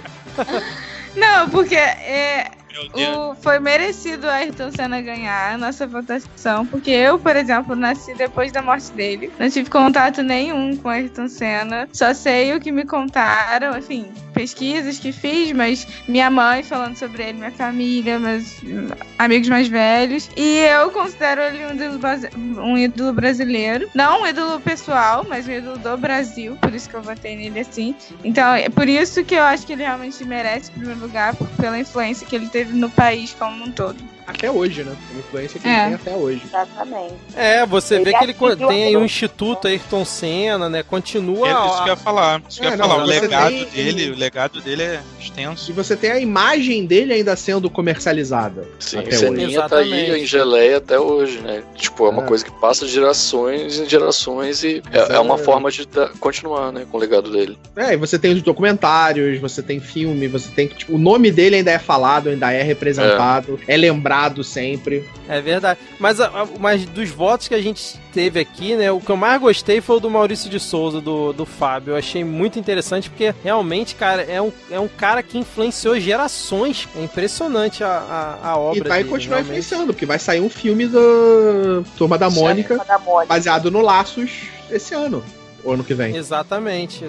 Não, porque Meu Deus. foi merecido o Ayrton Senna ganhar a nossa votação, porque eu, por exemplo, nasci depois da morte dele. Não tive contato nenhum com o Ayrton Senna. Só sei o que me contaram, enfim, pesquisas que fiz, mas minha mãe falando sobre ele, minha família, meus amigos mais velhos. E eu considero ele um ídolo brasileiro. Não um ídolo pessoal, mas um ídolo do Brasil. Por isso que eu votei nele assim. Então, é por isso que eu acho que ele realmente merece o primeiro lugar, pela influência que ele teve no país como um todo. Até hoje, né? A influência que ele tem até hoje. Exatamente. Você vê que ele tem aí um instituto Ayrton Senna, né? Continua... Isso que eu ia falar. O legado dele é extenso. E você tem a imagem dele ainda sendo comercializada. Sim, até Seninha tá aí em geleia até hoje, né? Tipo, é uma coisa que passa de gerações em gerações e é uma forma de continuar, né? Com o legado dele. E você tem os documentários, você tem filme, você tem... Tipo, o nome dele ainda é falado, ainda é representado, é lembrado sempre. É verdade. Mas dos votos que a gente teve aqui, né, o que eu mais gostei foi o do Maurício de Souza, do Fábio. Eu achei muito interessante porque realmente, cara, é um cara que influenciou gerações. É impressionante a obra e vai dele, continuar realmente. influenciando, porque vai sair um filme da Turma da Mônica, baseado no Laços esse ano, ou ano que vem. Exatamente.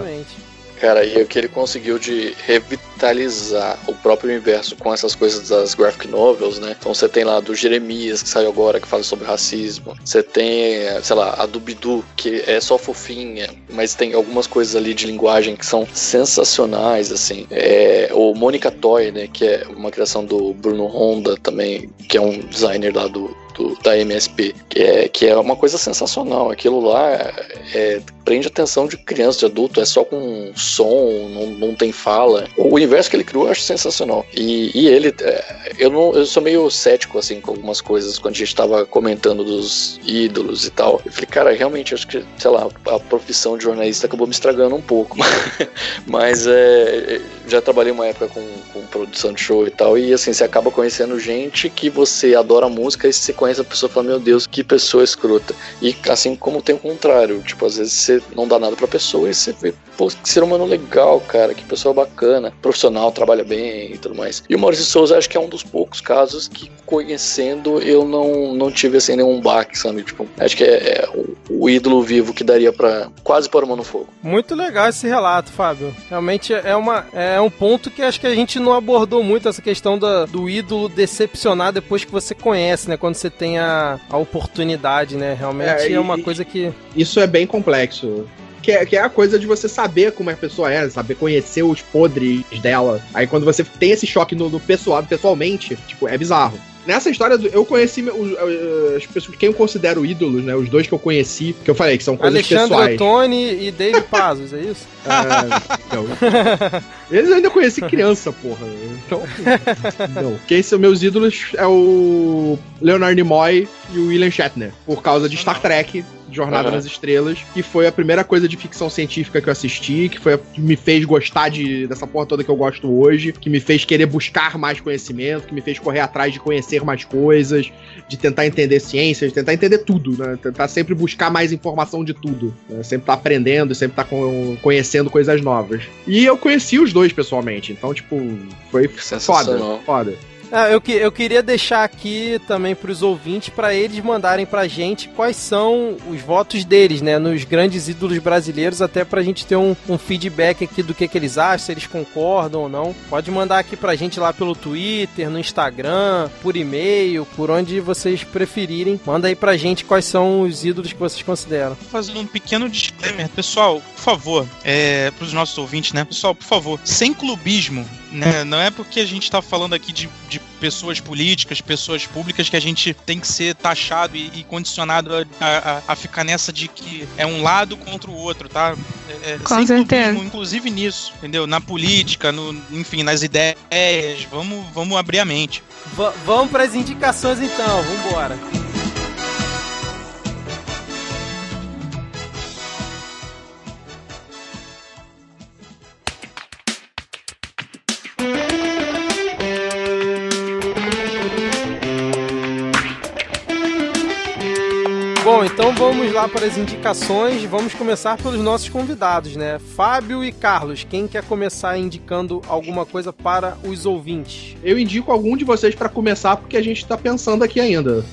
Cara, e o que ele conseguiu de revitalizar o próprio universo com essas coisas das graphic novels, né? Então você tem lá do Jeremias, que saiu agora, que fala sobre racismo. Você tem, sei lá, a do Bidu, que é só fofinha, mas tem algumas coisas ali de linguagem que são sensacionais, assim. O Mônica Toy, né? Que é uma criação do Bruno Honda também, que é um designer lá da MSP, que é uma coisa sensacional. Aquilo lá prende a atenção de criança, de adulto, é só com som, não tem fala. O universo que ele criou eu acho sensacional. E ele, eu sou meio cético assim com algumas coisas quando a gente tava comentando dos ídolos e tal. Eu falei, cara, realmente acho que, sei lá, a profissão de jornalista acabou me estragando um pouco. Mas já trabalhei uma época com produção de show e tal, e assim, você acaba conhecendo gente que você adora música e você conhece a pessoa e fala, meu Deus, que pessoa escrota. E assim como tem o contrário, tipo, às vezes você não dá nada pra pessoa e você vê, pô, que ser humano legal, cara, que pessoa bacana, profissional, trabalha bem e tudo mais. E o Maurício de Souza acho que é um dos poucos casos que, conhecendo, eu não tive assim nenhum baque, sabe? Tipo, acho que é o ídolo vivo que daria pra quase pôr a mão no fogo. Muito legal esse relato, Fábio. Realmente é um ponto que acho que a gente não abordou muito, essa questão do ídolo decepcionar depois que você conhece, né? Quando você tem a oportunidade, né? Realmente é uma coisa que... Isso é bem complexo. Que é a coisa de você saber como a pessoa é, saber conhecer os podres dela. Aí quando você tem esse choque no pessoalmente, tipo, é bizarro. Nessa história, eu conheci as pessoas, quem eu considero ídolos, né? Os dois que eu conheci, que eu falei que são coisas Alexandre pessoais. Alexandre Ottoni e David Pazos, é isso? Não. Eles eu ainda conheci criança, porra. Então, não. Quem são meus ídolos é o Leonard Nimoy e o William Shatner, por causa de Star Trek, Jornada nas Estrelas, que foi a primeira coisa de ficção científica que eu assisti, que me fez gostar dessa porra toda que eu gosto hoje, que me fez querer buscar mais conhecimento, que me fez correr atrás de conhecer mais coisas, de tentar entender ciências, de tentar entender tudo, né? Tentar sempre buscar mais informação de tudo, né? Sempre tá aprendendo, sempre tá conhecendo coisas novas. E eu conheci os dois pessoalmente, então, tipo, foi foda. Eu queria deixar aqui também pros ouvintes, para eles mandarem pra gente quais são os votos deles, né, nos grandes ídolos brasileiros, até pra gente ter um feedback aqui do que eles acham, se eles concordam ou não. Pode mandar aqui pra gente lá pelo Twitter, no Instagram, por e-mail, por onde vocês preferirem. Manda aí pra gente quais são os ídolos que vocês consideram. Fazendo um pequeno disclaimer, pessoal, por favor, pros nossos ouvintes, né, pessoal, por favor, sem clubismo, né, não é porque a gente tá falando aqui de pessoas políticas, pessoas públicas, que a gente tem que ser taxado e condicionado a ficar nessa de que é um lado contra o outro, tá? Com certeza. Clubismo, inclusive nisso, entendeu? Na política, enfim, nas ideias, vamos abrir a mente. Vamos pras indicações então, vambora. Bom, então vamos lá para as indicações. Vamos começar pelos nossos convidados, né? Fábio e Carlos, quem quer começar indicando alguma coisa para os ouvintes? Eu indico algum de vocês pra começar, porque a gente tá pensando aqui ainda.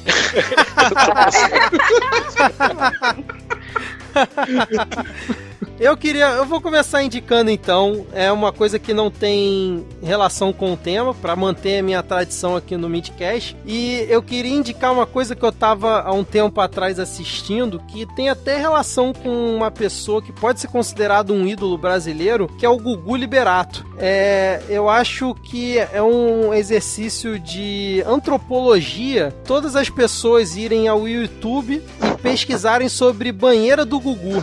Eu vou começar indicando então, é uma coisa que não tem relação com o tema, para manter a minha tradição aqui no Midcast, e eu queria indicar uma coisa que eu tava há um tempo atrás assistindo, que tem até relação com uma pessoa que pode ser considerado um ídolo brasileiro, que é o Gugu Liberato. Eu acho que é um exercício de antropologia, todas as pessoas irem ao YouTube e pesquisarem sobre banheira do Gugu.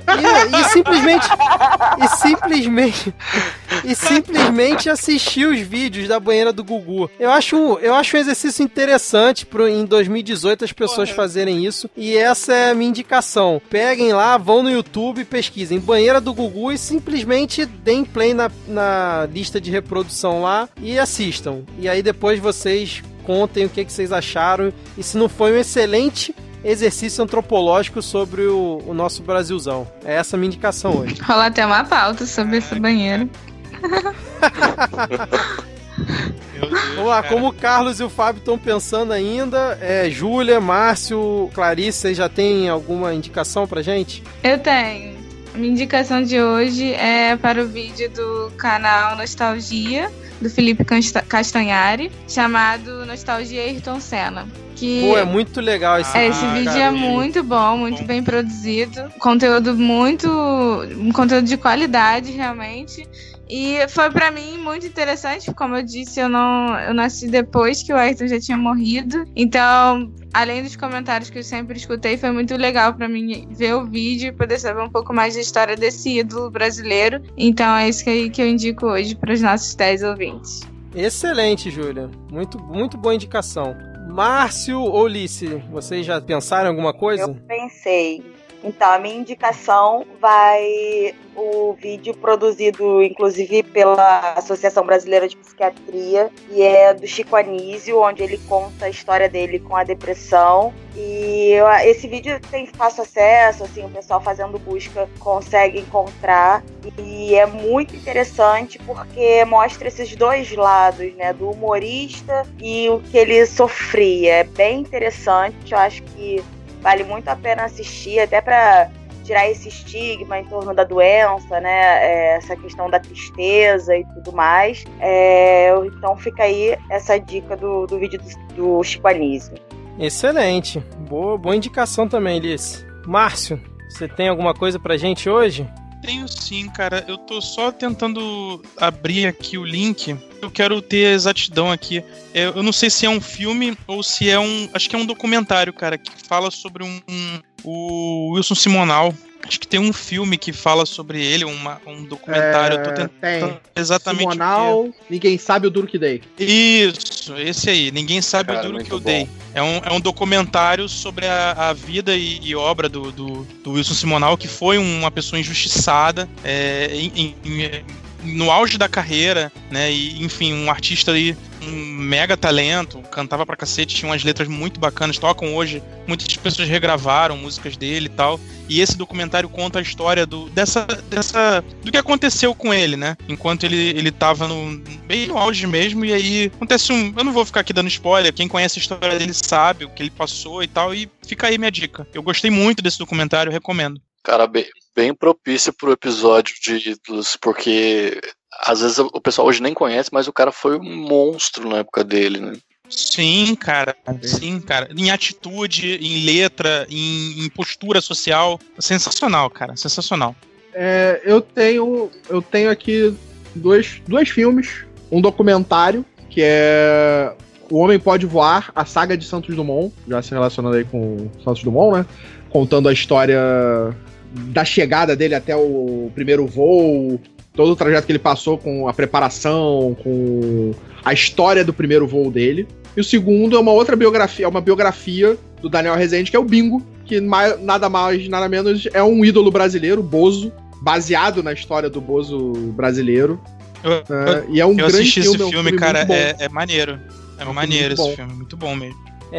E simplesmente assistir os vídeos da banheira do Gugu. Eu acho um exercício interessante em 2018 as pessoas fazerem isso. E essa é a minha indicação. Peguem lá, vão no YouTube, pesquisem banheira do Gugu e simplesmente deem play na lista de reprodução lá e assistam. E aí depois vocês contem o que vocês acharam e se não foi um excelente exercício antropológico sobre o nosso Brasilzão. É essa a minha indicação hoje. Rola até uma pauta sobre esse banheiro. Vamos lá, como o Carlos e o Fábio estão pensando ainda, Júlia, Márcio, Clarice, vocês já têm alguma indicação pra gente? Eu tenho. Minha indicação de hoje é para o vídeo do canal Nostalgia, do Felipe Castanhari, chamado Nostalgia Ayrton Senna. Pô, é muito legal esse vídeo. Esse vídeo é muito bom, muito bem produzido. Um conteúdo de qualidade, realmente. E foi pra mim muito interessante, como eu disse, eu nasci depois que o Ayrton já tinha morrido. Então, além dos comentários que eu sempre escutei, foi muito legal pra mim ver o vídeo e poder saber um pouco mais da história desse ídolo brasileiro. Então é isso que eu indico hoje para os nossos 10 ouvintes. Excelente, Júlia. Muito, muito boa indicação. Márcio ou Ulisses, vocês já pensaram em alguma coisa? Eu pensei. Então, a minha indicação vai o vídeo produzido, inclusive, pela Associação Brasileira de Psiquiatria, e é do Chico Anísio, onde ele conta a história dele com a depressão. E esse vídeo tem fácil acesso, assim, o pessoal fazendo busca consegue encontrar. E é muito interessante porque mostra esses dois lados, né, do humorista e o que ele sofria. É bem interessante, eu acho que vale muito a pena assistir, até para tirar esse estigma em torno da doença, né? Essa questão da tristeza e tudo mais. Então fica aí essa dica do vídeo do Chico Anísio. Excelente. Boa indicação também, Liz. Márcio, você tem alguma coisa pra gente hoje? Tenho sim, cara. Eu tô só tentando abrir aqui o link. Eu quero ter a exatidão aqui. Eu não sei se é um filme ou se é acho que é um documentário, cara, que fala sobre o Wilson Simonal. Acho que tem um filme que fala sobre ele, um documentário. Eu tô tentando exatamente. Simonal, Ninguém Sabe o Duro Que Dei. Isso, esse aí. Ninguém Sabe o Duro Que Eu Dei. É um documentário sobre a vida e obra do Wilson Simonal, que foi uma pessoa injustiçada, no auge da carreira, né? E, enfim, um artista ali, um mega talento, cantava pra cacete, tinha umas letras muito bacanas, tocam hoje, muitas pessoas regravaram músicas dele e tal. E esse documentário conta a história do que aconteceu com ele, né? Enquanto ele tava bem no auge mesmo, e aí acontece eu não vou ficar aqui dando spoiler, quem conhece a história dele sabe o que ele passou e tal, e fica aí minha dica. Eu gostei muito desse documentário, recomendo. Cara, bem propício pro episódio de ídolos, porque às vezes o pessoal hoje nem conhece, mas o cara foi um monstro na época dele, né? Sim, cara. Em atitude, em letra, em postura social. Sensacional, cara. Sensacional. Eu tenho aqui dois filmes. Um documentário, que é O Homem Pode Voar, a saga de Santos Dumont, já se relacionando aí com Santos Dumont, né? Contando a história da chegada dele até o primeiro voo, todo o trajeto que ele passou com a preparação, com a história do primeiro voo dele. E o segundo é uma outra biografia, uma biografia do Daniel Rezende, que é o Bingo, que nada mais, nada menos é um ídolo brasileiro, Bozo, baseado na história do Bozo brasileiro. E é um grande assisti filme. Esse filme, cara, é maneiro. É maneiro esse bom. filme, muito bom mesmo.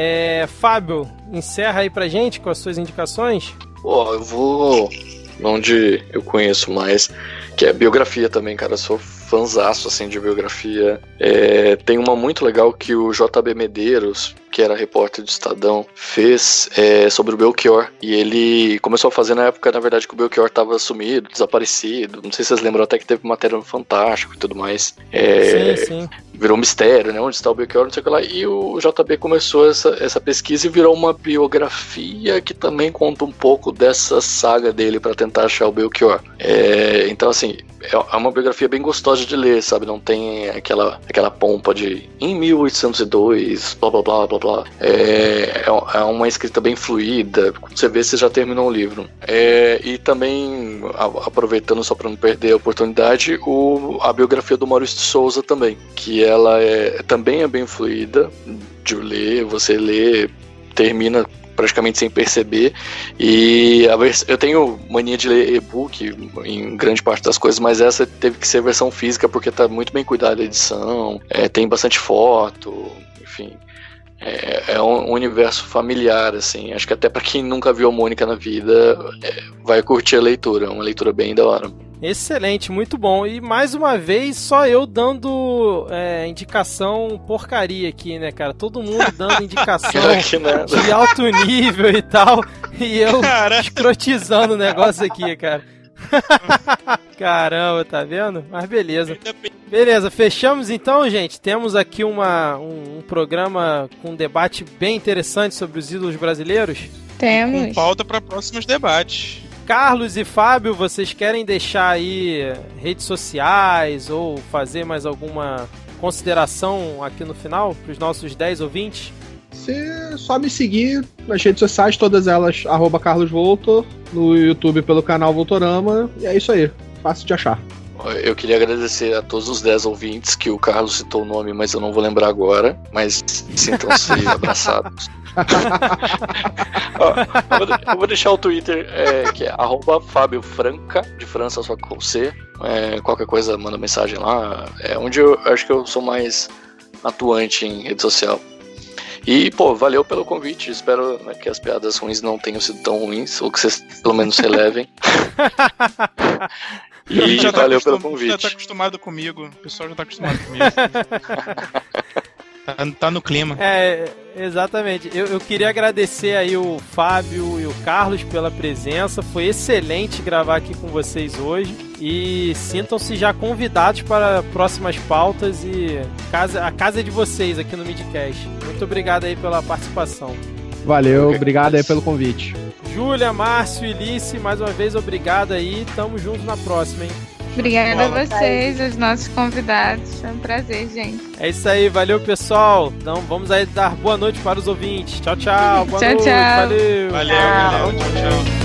Fábio, encerra aí pra gente com as suas indicações. Pô, eu vou onde eu conheço mais, que é biografia também, cara. Eu sou fãzaço, assim, de biografia. Tem uma muito legal que o JB Medeiros, que era repórter do Estadão, fez sobre o Belchior. E ele começou a fazer na época, na verdade, que o Belchior tava sumido, desaparecido. Não sei se vocês lembram, até que teve matéria no Fantástico e tudo mais. Sim. Virou um mistério, né? Onde está o Belchior, não sei o que lá. E o JB começou essa pesquisa e virou uma biografia que também conta um pouco dessa saga dele para tentar achar o Belchior. Então, assim, é uma biografia bem gostosa de ler, sabe? Não tem aquela pompa de em 1802, blá blá blá blá blá. É uma escrita bem fluida. Quando você vê, você já terminou o livro. E também, aproveitando só para não perder a oportunidade, a biografia do Maurício de Souza também, que ela também é bem fluida de ler, você lê, termina praticamente sem perceber. E eu tenho mania de ler e-book em grande parte das coisas, mas essa teve que ser versão física porque tá muito bem cuidada a edição, tem bastante foto, enfim. É um universo familiar, assim. Acho que até pra quem nunca viu a Mônica na vida vai curtir a leitura. É uma leitura bem da hora. Excelente, muito bom. E mais uma vez, só eu dando indicação porcaria aqui, né, cara? Todo mundo dando indicação de alto nível e tal. E eu escrotizando o negócio aqui, cara. Caramba, tá vendo? Mas beleza. Beleza, fechamos então, gente. Temos aqui um programa com um debate bem interessante sobre os ídolos brasileiros. Temos. Com pauta para próximos debates. Carlos e Fábio, vocês querem deixar aí redes sociais ou fazer mais alguma consideração aqui no final para os nossos 10 ouvintes? Você só me seguir nas redes sociais, todas elas @CarlosVoltor, no YouTube pelo canal Voltorama, e é isso aí, fácil de achar. Eu queria agradecer a todos os 10 ouvintes, que o Carlos citou o nome, mas eu não vou lembrar agora, mas sintam-se abraçados. Eu vou deixar o Twitter, que é @FábioFranca, de França só com C. Qualquer coisa, manda mensagem lá. É onde eu acho que eu sou mais atuante em rede social. E, pô, valeu pelo convite. Espero que as piadas ruins não tenham sido tão ruins, ou que vocês pelo menos relevem. E valeu pelo convite. Já tá acostumado comigo. O pessoal já tá acostumado comigo. Tá no clima. Exatamente. Eu queria agradecer aí o Fábio e o Carlos pela presença. Foi excelente gravar aqui com vocês hoje. E sintam-se já convidados para próximas pautas. E a casa é de vocês aqui no Midcast. Muito obrigado aí pela participação. Valeu, obrigado aí pelo convite. Júlia, Márcio e Lice, mais uma vez obrigado aí. Tamo junto na próxima, hein? Obrigada a vocês, os nossos convidados. Foi um prazer, gente. É isso aí, valeu, pessoal. Então vamos aí dar boa noite para os ouvintes. Tchau, tchau. Boa noite. Tchau. Valeu. Valeu, galera. Tchau, tchau.